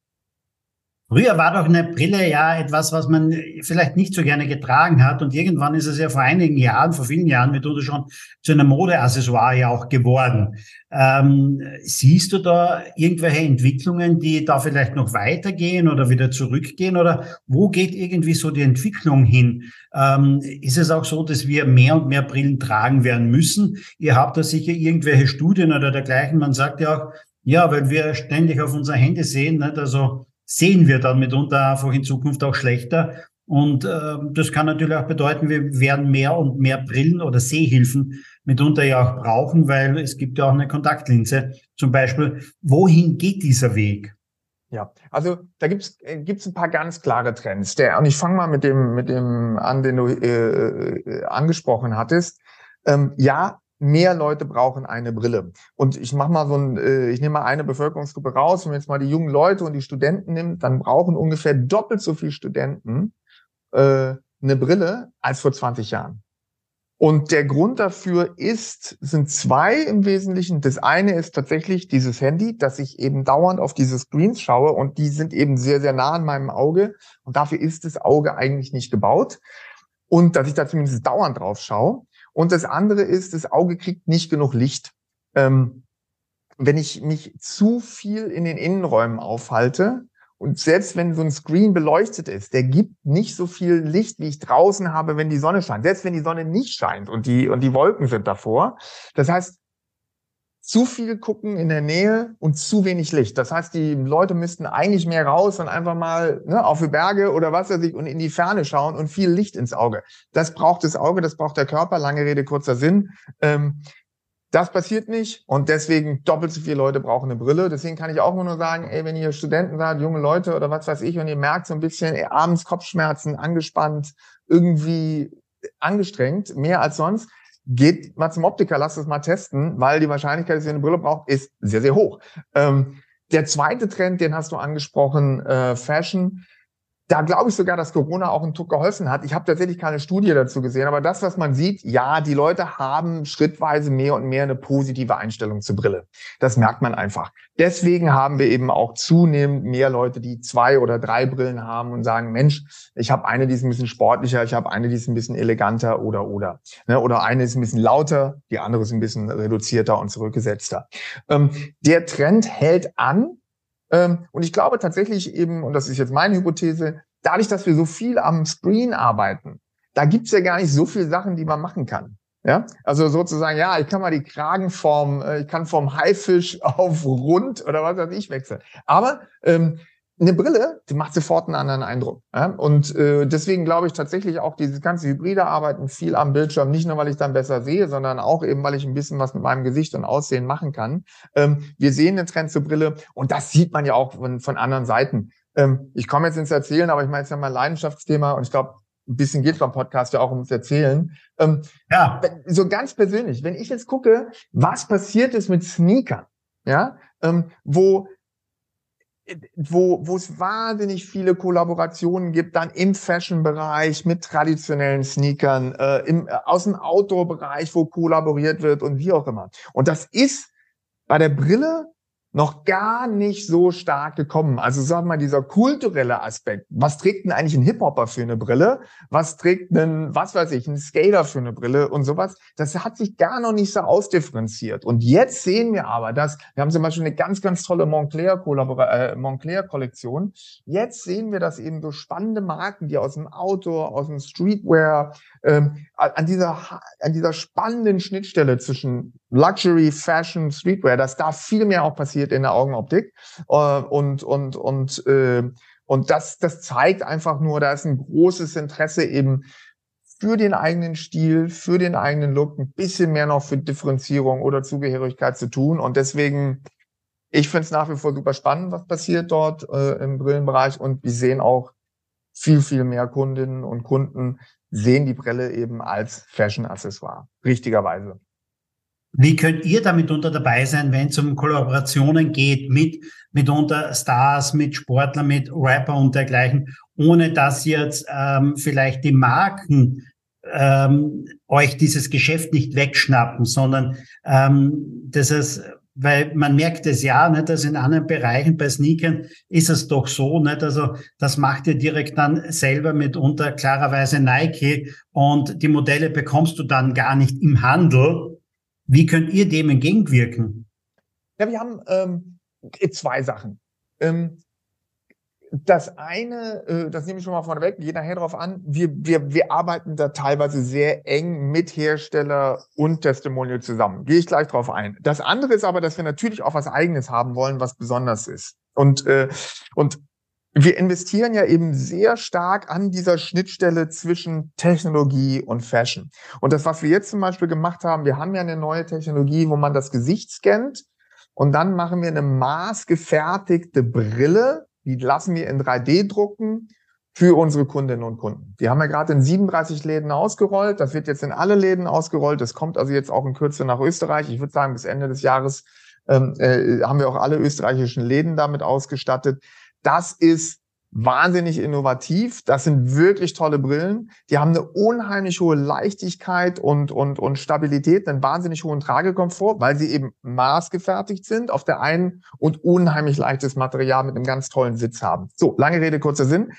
Früher war doch eine Brille ja etwas, was man vielleicht nicht so gerne getragen hat. Und irgendwann ist es ja vor einigen Jahren, vor vielen Jahren mitunter schon zu einem Modeaccessoire ja auch geworden. Siehst du da irgendwelche Entwicklungen, die da vielleicht noch weitergehen oder wieder zurückgehen? Oder wo geht irgendwie so die Entwicklung hin? Ist es auch so, dass wir mehr und mehr Brillen tragen werden müssen? Ihr habt da sicher irgendwelche Studien oder dergleichen. Man sagt ja auch, ja, weil wir ständig auf unser Handy sehen, nicht? Also sehen wir dann mitunter einfach in Zukunft auch schlechter. Und das kann natürlich auch bedeuten, wir werden mehr und mehr Brillen oder Sehhilfen mitunter ja auch brauchen, weil es gibt ja auch eine Kontaktlinse zum Beispiel. Wohin geht dieser Weg? Ja, also da gibt's ein paar ganz klare Trends. Und ich fange mal mit dem an, den du angesprochen hattest. Ja, mehr Leute brauchen eine Brille. Und ich mache mal ich nehme mal eine Bevölkerungsgruppe raus, wenn man jetzt mal die jungen Leute und die Studenten nimmt, dann brauchen ungefähr doppelt so viele Studenten eine Brille als vor 20 Jahren. Und der Grund dafür sind zwei im Wesentlichen. Das eine ist tatsächlich dieses Handy, dass ich eben dauernd auf diese Screens schaue und die sind eben sehr, sehr nah an meinem Auge. Und dafür ist das Auge eigentlich nicht gebaut. Und dass ich da zumindest dauernd drauf schaue. Und das andere ist, das Auge kriegt nicht genug Licht. Wenn ich mich zu viel in den Innenräumen aufhalte und selbst wenn so ein Screen beleuchtet ist, der gibt nicht so viel Licht, wie ich draußen habe, wenn die Sonne scheint. Selbst wenn die Sonne nicht scheint und die Wolken sind davor. Das heißt, zu viel gucken in der Nähe und zu wenig Licht. Das heißt, die Leute müssten eigentlich mehr raus und einfach mal auf die Berge oder was weiß ich und in die Ferne schauen und viel Licht ins Auge. Das braucht das Auge, das braucht der Körper. Lange Rede, kurzer Sinn. Das passiert nicht und deswegen doppelt so viele Leute brauchen eine Brille. Deswegen kann ich auch nur sagen, wenn ihr Studenten seid, junge Leute oder was weiß ich und ihr merkt so ein bisschen abends Kopfschmerzen, angespannt, irgendwie angestrengt, mehr als sonst, geht mal zum Optiker, lasst es mal testen, weil die Wahrscheinlichkeit, dass ihr eine Brille braucht, ist sehr, sehr hoch. Der zweite Trend, den hast du angesprochen, Fashion. Da glaube ich sogar, dass Corona auch einen Tuck geholfen hat. Ich habe tatsächlich keine Studie dazu gesehen, aber das, was man sieht, ja, die Leute haben schrittweise mehr und mehr eine positive Einstellung zur Brille. Das merkt man einfach. Deswegen haben wir eben auch zunehmend mehr Leute, die 2 oder 3 Brillen haben und sagen, Mensch, ich habe eine, die ist ein bisschen sportlicher, ich habe eine, die ist ein bisschen eleganter oder. Ne? Oder eine ist ein bisschen lauter, die andere ist ein bisschen reduzierter und zurückgesetzter. Der Trend hält an. Und ich glaube tatsächlich eben, und das ist jetzt meine Hypothese, dadurch, dass wir so viel am Screen arbeiten, da gibt's ja gar nicht so viele Sachen, die man machen kann. Ja, also sozusagen, ja, ich kann mal die Kragenform, ich kann vom Haifisch auf rund oder was weiß ich wechseln. Aber eine Brille, die macht sofort einen anderen Eindruck. Ja? Und deswegen glaube ich tatsächlich auch dieses ganze hybride Arbeiten viel am Bildschirm, nicht nur, weil ich dann besser sehe, sondern auch eben, weil ich ein bisschen was mit meinem Gesicht und Aussehen machen kann. Wir sehen den Trend zur Brille und das sieht man ja auch von anderen Seiten. Ich komme jetzt ins Erzählen, aber ich meine, es ist ja mein Leidenschaftsthema und ich glaube, ein bisschen geht beim Podcast ja auch ums Erzählen. Ja. So ganz persönlich, wenn ich jetzt gucke, was passiert ist mit Sneakern, ja, wo es wahnsinnig viele Kollaborationen gibt, dann im Fashion-Bereich mit traditionellen Sneakern, aus dem Outdoor-Bereich, wo kollaboriert wird und wie auch immer. Und das ist bei der Brille noch gar nicht so stark gekommen. Also sag mal, dieser kulturelle Aspekt. Was trägt denn eigentlich ein Hip-Hopper für eine Brille? Was trägt ein Skater für eine Brille und sowas? Das hat sich gar noch nicht so ausdifferenziert. Und jetzt sehen wir aber, wir haben zum Beispiel eine ganz, ganz tolle Moncler-Kollektion. Jetzt sehen wir, dass eben so spannende Marken, die aus dem Outdoor, aus dem Streetwear, an dieser spannenden Schnittstelle zwischen Luxury, Fashion, Streetwear, dass da viel mehr auch passiert in der Augenoptik. Und das zeigt einfach nur, da ist ein großes Interesse eben für den eigenen Stil, für den eigenen Look, ein bisschen mehr noch für Differenzierung oder Zugehörigkeit zu tun. Und deswegen, ich finde es nach wie vor super spannend, was passiert dort im Brillenbereich. Und wir sehen auch viel, viel mehr Kundinnen und Kunden sehen die Brille eben als Fashion-Accessoire. Richtigerweise. Wie könnt ihr da mitunter dabei sein, wenn es um Kollaborationen geht mit mitunter Stars, mit Sportlern, mit Rapper und dergleichen, ohne dass jetzt vielleicht die Marken euch dieses Geschäft nicht wegschnappen, sondern das ist, weil man merkt es ja, nicht, dass in anderen Bereichen bei Sneakern ist es doch so, nicht, also das macht ihr direkt dann selber mitunter klarerweise Nike und die Modelle bekommst du dann gar nicht im Handel. Wie könnt ihr dem entgegenwirken? Ja, wir haben zwei Sachen. Das eine, das nehme ich schon mal vorneweg, geht nachher drauf an, wir arbeiten da teilweise sehr eng mit Hersteller und Testimonial zusammen. Gehe ich gleich drauf ein. Das andere ist aber, dass wir natürlich auch was Eigenes haben wollen, was besonders ist. Und wir investieren ja eben sehr stark an dieser Schnittstelle zwischen Technologie und Fashion. Und das, was wir jetzt zum Beispiel gemacht haben, wir haben ja eine neue Technologie, wo man das Gesicht scannt und dann machen wir eine maßgefertigte Brille, die lassen wir in 3D drucken für unsere Kundinnen und Kunden. Die haben wir gerade in 37 Läden ausgerollt. Das wird jetzt in alle Läden ausgerollt. Das kommt also jetzt auch in Kürze nach Österreich. Ich würde sagen, bis Ende des Jahres haben wir auch alle österreichischen Läden damit ausgestattet. Das ist wahnsinnig innovativ. Das sind wirklich tolle Brillen. Die haben eine unheimlich hohe Leichtigkeit und Stabilität, einen wahnsinnig hohen Tragekomfort, weil sie eben maßgefertigt sind auf der einen und unheimlich leichtes Material mit einem ganz tollen Sitz haben. So, lange Rede, kurzer Sinn.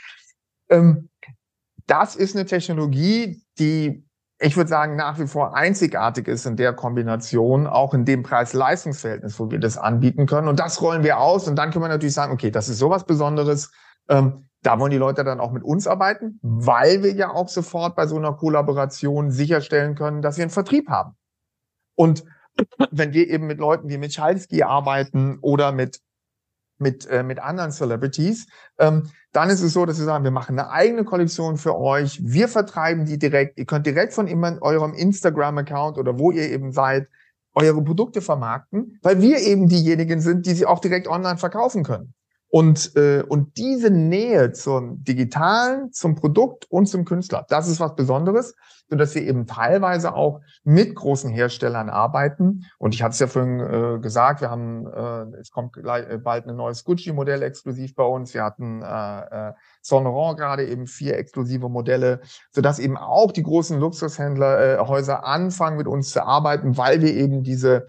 Das ist eine Technologie, die, ich würde sagen, nach wie vor einzigartig ist in der Kombination, auch in dem Preis-Leistungs-Verhältnis, wo wir das anbieten können. Und das rollen wir aus. Und dann können wir natürlich sagen, okay, das ist sowas Besonderes. Da wollen die Leute dann auch mit uns arbeiten, weil wir ja auch sofort bei so einer Kollaboration sicherstellen können, dass wir einen Vertrieb haben. Und wenn wir eben mit Leuten wie Michalski arbeiten oder mit anderen Celebrities, dann ist es so, dass wir sagen, wir machen eine eigene Kollektion für euch, wir vertreiben die direkt, ihr könnt direkt von eurem Instagram-Account oder wo ihr eben seid, eure Produkte vermarkten, weil wir eben diejenigen sind, die sie auch direkt online verkaufen können. Und diese Nähe zum Digitalen, zum Produkt und zum Künstler, das ist was Besonderes, sodass wir eben teilweise auch mit großen Herstellern arbeiten. Und ich hatte es ja vorhin gesagt, wir haben, es kommt gleich, bald ein neues Gucci-Modell exklusiv bei uns. Wir hatten Saint Laurent gerade eben 4 exklusive Modelle, sodass eben auch die großen Luxushändlerhäuser anfangen mit uns zu arbeiten, weil wir eben diese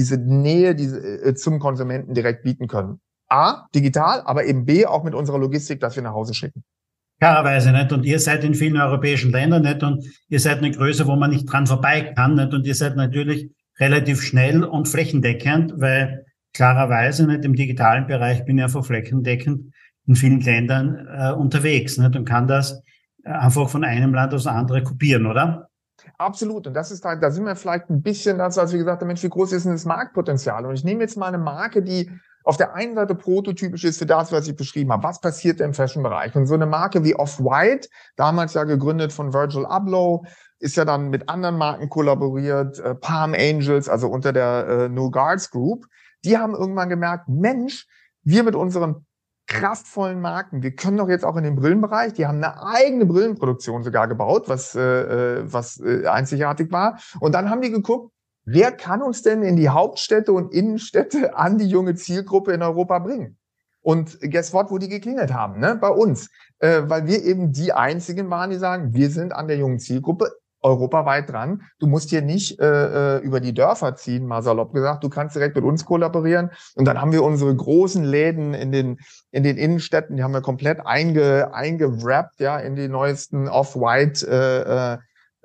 Nähe zum Konsumenten direkt bieten können. A, digital, aber eben B, auch mit unserer Logistik, dass wir nach Hause schicken. Klarerweise nicht. Und ihr seid in vielen europäischen Ländern nicht. Und ihr seid eine Größe, wo man nicht dran vorbei kann nicht. Und ihr seid natürlich relativ schnell und flächendeckend, weil klarerweise nicht im digitalen Bereich bin ich einfach flächendeckend in vielen Ländern unterwegs nicht. Und kann das einfach von einem Land aufs andere kopieren, oder? Absolut. Und das ist da sind wir vielleicht ein bisschen, als wir gesagt haben, Mensch, wie groß ist denn das Marktpotenzial? Und ich nehme jetzt mal eine Marke, die auf der einen Seite prototypisch ist für das, was ich beschrieben habe. Was passiert im Fashion-Bereich? Und so eine Marke wie Off-White, damals ja gegründet von Virgil Abloh, ist ja dann mit anderen Marken kollaboriert, Palm Angels, also unter der No Guards Group. Die haben irgendwann gemerkt, Mensch, wir mit unseren kraftvollen Marken, wir können doch jetzt auch in den Brillenbereich, die haben eine eigene Brillenproduktion sogar gebaut, was einzigartig war. Und dann haben die geguckt, wer kann uns denn in die Hauptstädte und Innenstädte an die junge Zielgruppe in Europa bringen? Und guess what, wo die geklingelt haben, ne? Bei uns. Weil wir eben die einzigen waren, die sagen, wir sind an der jungen Zielgruppe europaweit dran. Du musst hier nicht über die Dörfer ziehen, mal salopp gesagt. Du kannst direkt mit uns kollaborieren. Und dann haben wir unsere großen Läden in den Innenstädten, die haben wir komplett eingewrappt, ja, in die neuesten Off-White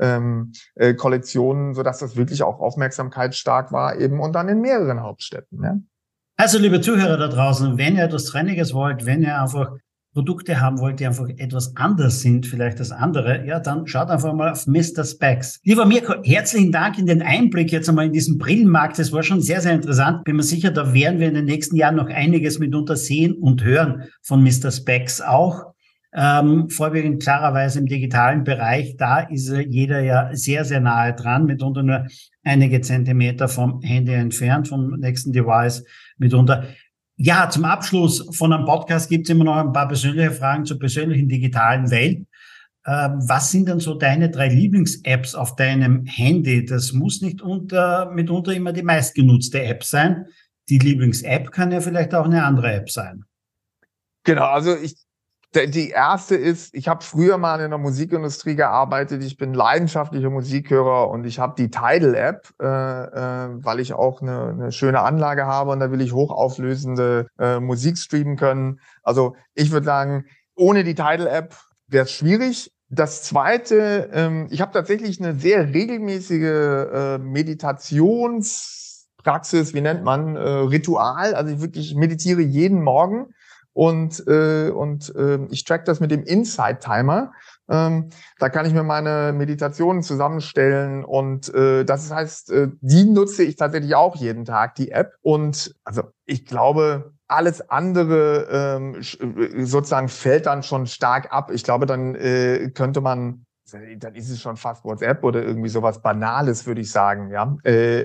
Kollektionen, sodass das wirklich auch aufmerksamkeitsstark war eben und dann in mehreren Hauptstädten. Ja? Also, liebe Zuhörer da draußen, wenn ihr etwas Trendiges wollt, wenn ihr einfach Produkte haben wollt, die einfach etwas anders sind, vielleicht als andere, ja, dann schaut einfach mal auf Mr. Spex. Lieber Mirko, herzlichen Dank in den Einblick jetzt einmal in diesen Brillenmarkt. Das war schon sehr, sehr interessant. Bin mir sicher, da werden wir in den nächsten Jahren noch einiges mitunter sehen und hören von Mr. Spex auch. Vorwiegend klarerweise im digitalen Bereich, da ist jeder ja sehr, sehr nahe dran, mitunter nur einige Zentimeter vom Handy entfernt, vom nächsten Device mitunter. Ja, zum Abschluss von einem Podcast gibt es immer noch ein paar persönliche Fragen zur persönlichen digitalen Welt. Was sind denn so deine 3 Lieblings-Apps auf deinem Handy? Das muss nicht mitunter immer die meistgenutzte App sein. Die Lieblings-App kann ja vielleicht auch eine andere App sein. Genau, also die erste ist, ich habe früher mal in der Musikindustrie gearbeitet. Ich bin leidenschaftlicher Musikhörer und ich habe die Tidal-App, weil ich auch eine schöne Anlage habe und da will ich hochauflösende Musik streamen können. Also ich würde sagen, ohne die Tidal-App wäre es schwierig. Das Zweite, ich habe tatsächlich eine sehr regelmäßige Meditationspraxis, wie nennt man, Ritual. Also ich meditiere jeden Morgen und ich track das mit dem Insight-Timer. Da kann ich mir meine Meditationen zusammenstellen und das heißt, die nutze ich tatsächlich auch jeden Tag, die App. Und also ich glaube, alles andere sozusagen fällt dann schon stark ab. Ich glaube, dann könnte man, dann ist es schon fast WhatsApp oder irgendwie sowas Banales, würde ich sagen, ja.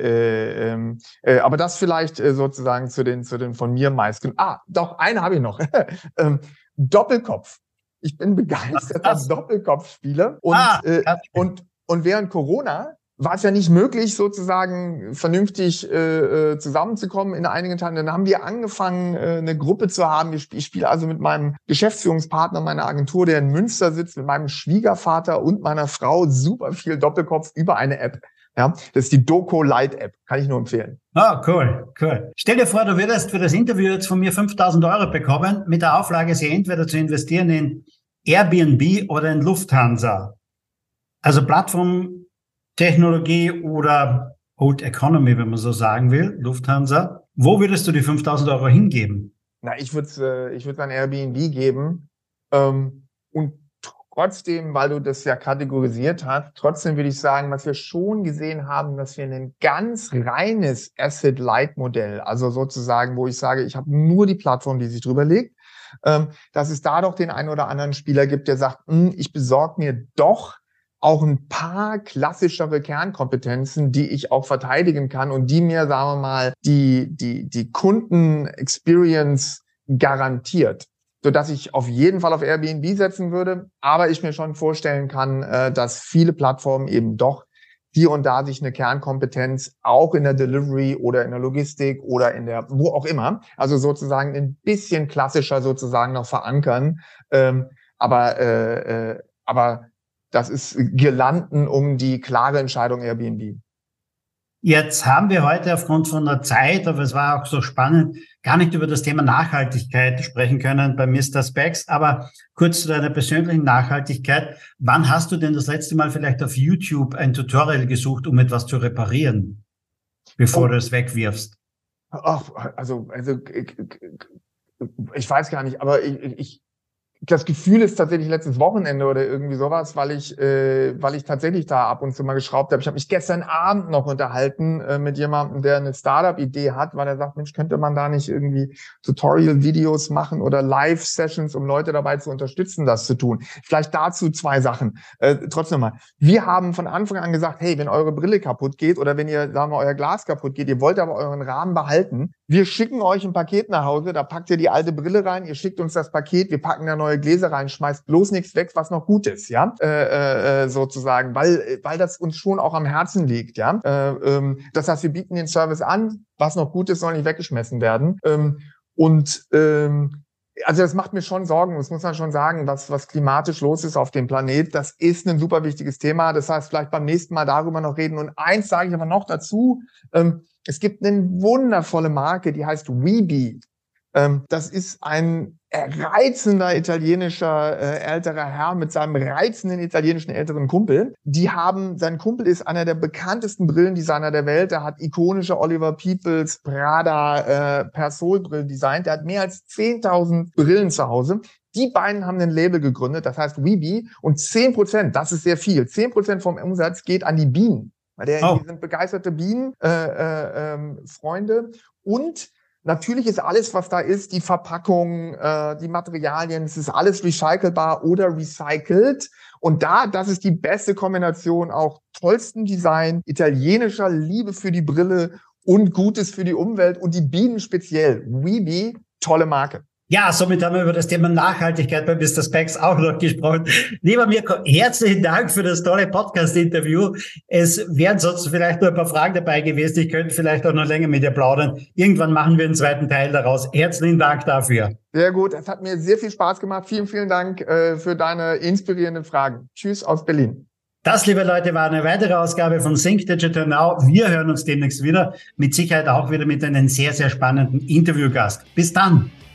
Aber das vielleicht sozusagen zu den von mir meisten. Doch, eine habe ich noch. Doppelkopf. Ich bin begeisterter Doppelkopfspieler und während Corona war es ja nicht möglich, sozusagen vernünftig zusammenzukommen in einigen Teilen. Dann haben wir angefangen, eine Gruppe zu haben. Ich spiele also mit meinem Geschäftsführungspartner meiner Agentur, der in Münster sitzt, mit meinem Schwiegervater und meiner Frau super viel Doppelkopf über eine App. Ja, das ist die Doco Lite App. Kann ich nur empfehlen. Cool. Stell dir vor, du würdest für das Interview jetzt von mir 5.000 € bekommen, mit der Auflage, sie entweder zu investieren in Airbnb oder in Lufthansa. Also Plattformtechnologie oder Old Economy, wenn man so sagen will, Lufthansa. Wo würdest du die 5.000 € hingeben? Na, ich würde an Airbnb geben. Und trotzdem, weil du das ja kategorisiert hast, trotzdem würde ich sagen, was wir schon gesehen haben, dass wir ein ganz reines Asset-Light-Modell, also sozusagen, wo ich sage, ich habe nur die Plattform, die sich drüber legt, dass es da doch den einen oder anderen Spieler gibt, der sagt, ich besorge mir doch auch ein paar klassischere Kernkompetenzen, die ich auch verteidigen kann und die mir, sagen wir mal, die Kunden-Experience garantiert, sodass ich auf jeden Fall auf Airbnb setzen würde, aber ich mir schon vorstellen kann, dass viele Plattformen eben doch hier und da sich eine Kernkompetenz auch in der Delivery oder in der Logistik oder in der, wo auch immer, also sozusagen ein bisschen klassischer sozusagen noch verankern, aber das ist Girlanden um die klare Entscheidung Airbnb. Jetzt haben wir heute aufgrund von der Zeit, aber es war auch so spannend, gar nicht über das Thema Nachhaltigkeit sprechen können bei Mr. Specs, aber kurz zu deiner persönlichen Nachhaltigkeit. Wann hast du denn das letzte Mal vielleicht auf YouTube ein Tutorial gesucht, um etwas zu reparieren, bevor du es wegwirfst? Also ich weiß gar nicht, aber das Gefühl ist tatsächlich letztes Wochenende oder irgendwie sowas, weil ich tatsächlich da ab und zu mal geschraubt habe. Ich habe mich gestern Abend noch unterhalten mit jemandem, der eine Startup-Idee hat, weil er sagt, Mensch, könnte man da nicht irgendwie Tutorial-Videos machen oder Live-Sessions, um Leute dabei zu unterstützen, das zu tun. Vielleicht dazu 2 Sachen. Trotzdem mal, wir haben von Anfang an gesagt, hey, wenn eure Brille kaputt geht oder wenn ihr, sagen wir, euer Glas kaputt geht, ihr wollt aber euren Rahmen behalten, wir schicken euch ein Paket nach Hause, da packt ihr die alte Brille rein, ihr schickt uns das Paket, wir packen da neue Gläser rein, schmeißt bloß nichts weg, was noch gut ist, ja, sozusagen, weil das uns schon auch am Herzen liegt, ja. Das heißt, wir bieten den Service an, was noch gut ist, soll nicht weggeschmissen werden. Also das macht mir schon Sorgen, das muss man schon sagen, was klimatisch los ist auf dem Planet. Das ist ein super wichtiges Thema. Das heißt, vielleicht beim nächsten Mal darüber noch reden. Und eins sage ich aber noch dazu, es gibt eine wundervolle Marke, die heißt Weebee. Das ist ein reizender italienischer älterer Herr mit seinem reizenden italienischen älteren Kumpel. Sein Kumpel ist einer der bekanntesten Brillendesigner der Welt. Der hat ikonische Oliver Peoples, Prada, Persol-Brillen designt. Der hat mehr als 10.000 Brillen zu Hause. Die beiden haben ein Label gegründet, das heißt Weebee. Und 10%, das ist sehr viel, 10% vom Umsatz geht an die Bienen. Weil die sind begeisterte Bienenfreunde. Und natürlich ist alles, was da ist, die Verpackung, die Materialien, es ist alles recycelbar oder recycelt. Und das ist die beste Kombination auch tollsten Design, italienischer Liebe für die Brille und Gutes für die Umwelt und die Bienen speziell. Weebee, tolle Marke. Ja, somit haben wir über das Thema Nachhaltigkeit bei Mr. Spex auch noch gesprochen. Lieber Mirko, herzlichen Dank für das tolle Podcast-Interview. Es wären sonst vielleicht nur ein paar Fragen dabei gewesen. Ich könnte vielleicht auch noch länger mit dir plaudern. Irgendwann machen wir einen zweiten Teil daraus. Herzlichen Dank dafür. Sehr gut, es hat mir sehr viel Spaß gemacht. Vielen, vielen Dank für deine inspirierenden Fragen. Tschüss aus Berlin. Das, liebe Leute, war eine weitere Ausgabe von Think Digital Now. Wir hören uns demnächst wieder. Mit Sicherheit auch wieder mit einem sehr, sehr spannenden Interviewgast. Bis dann.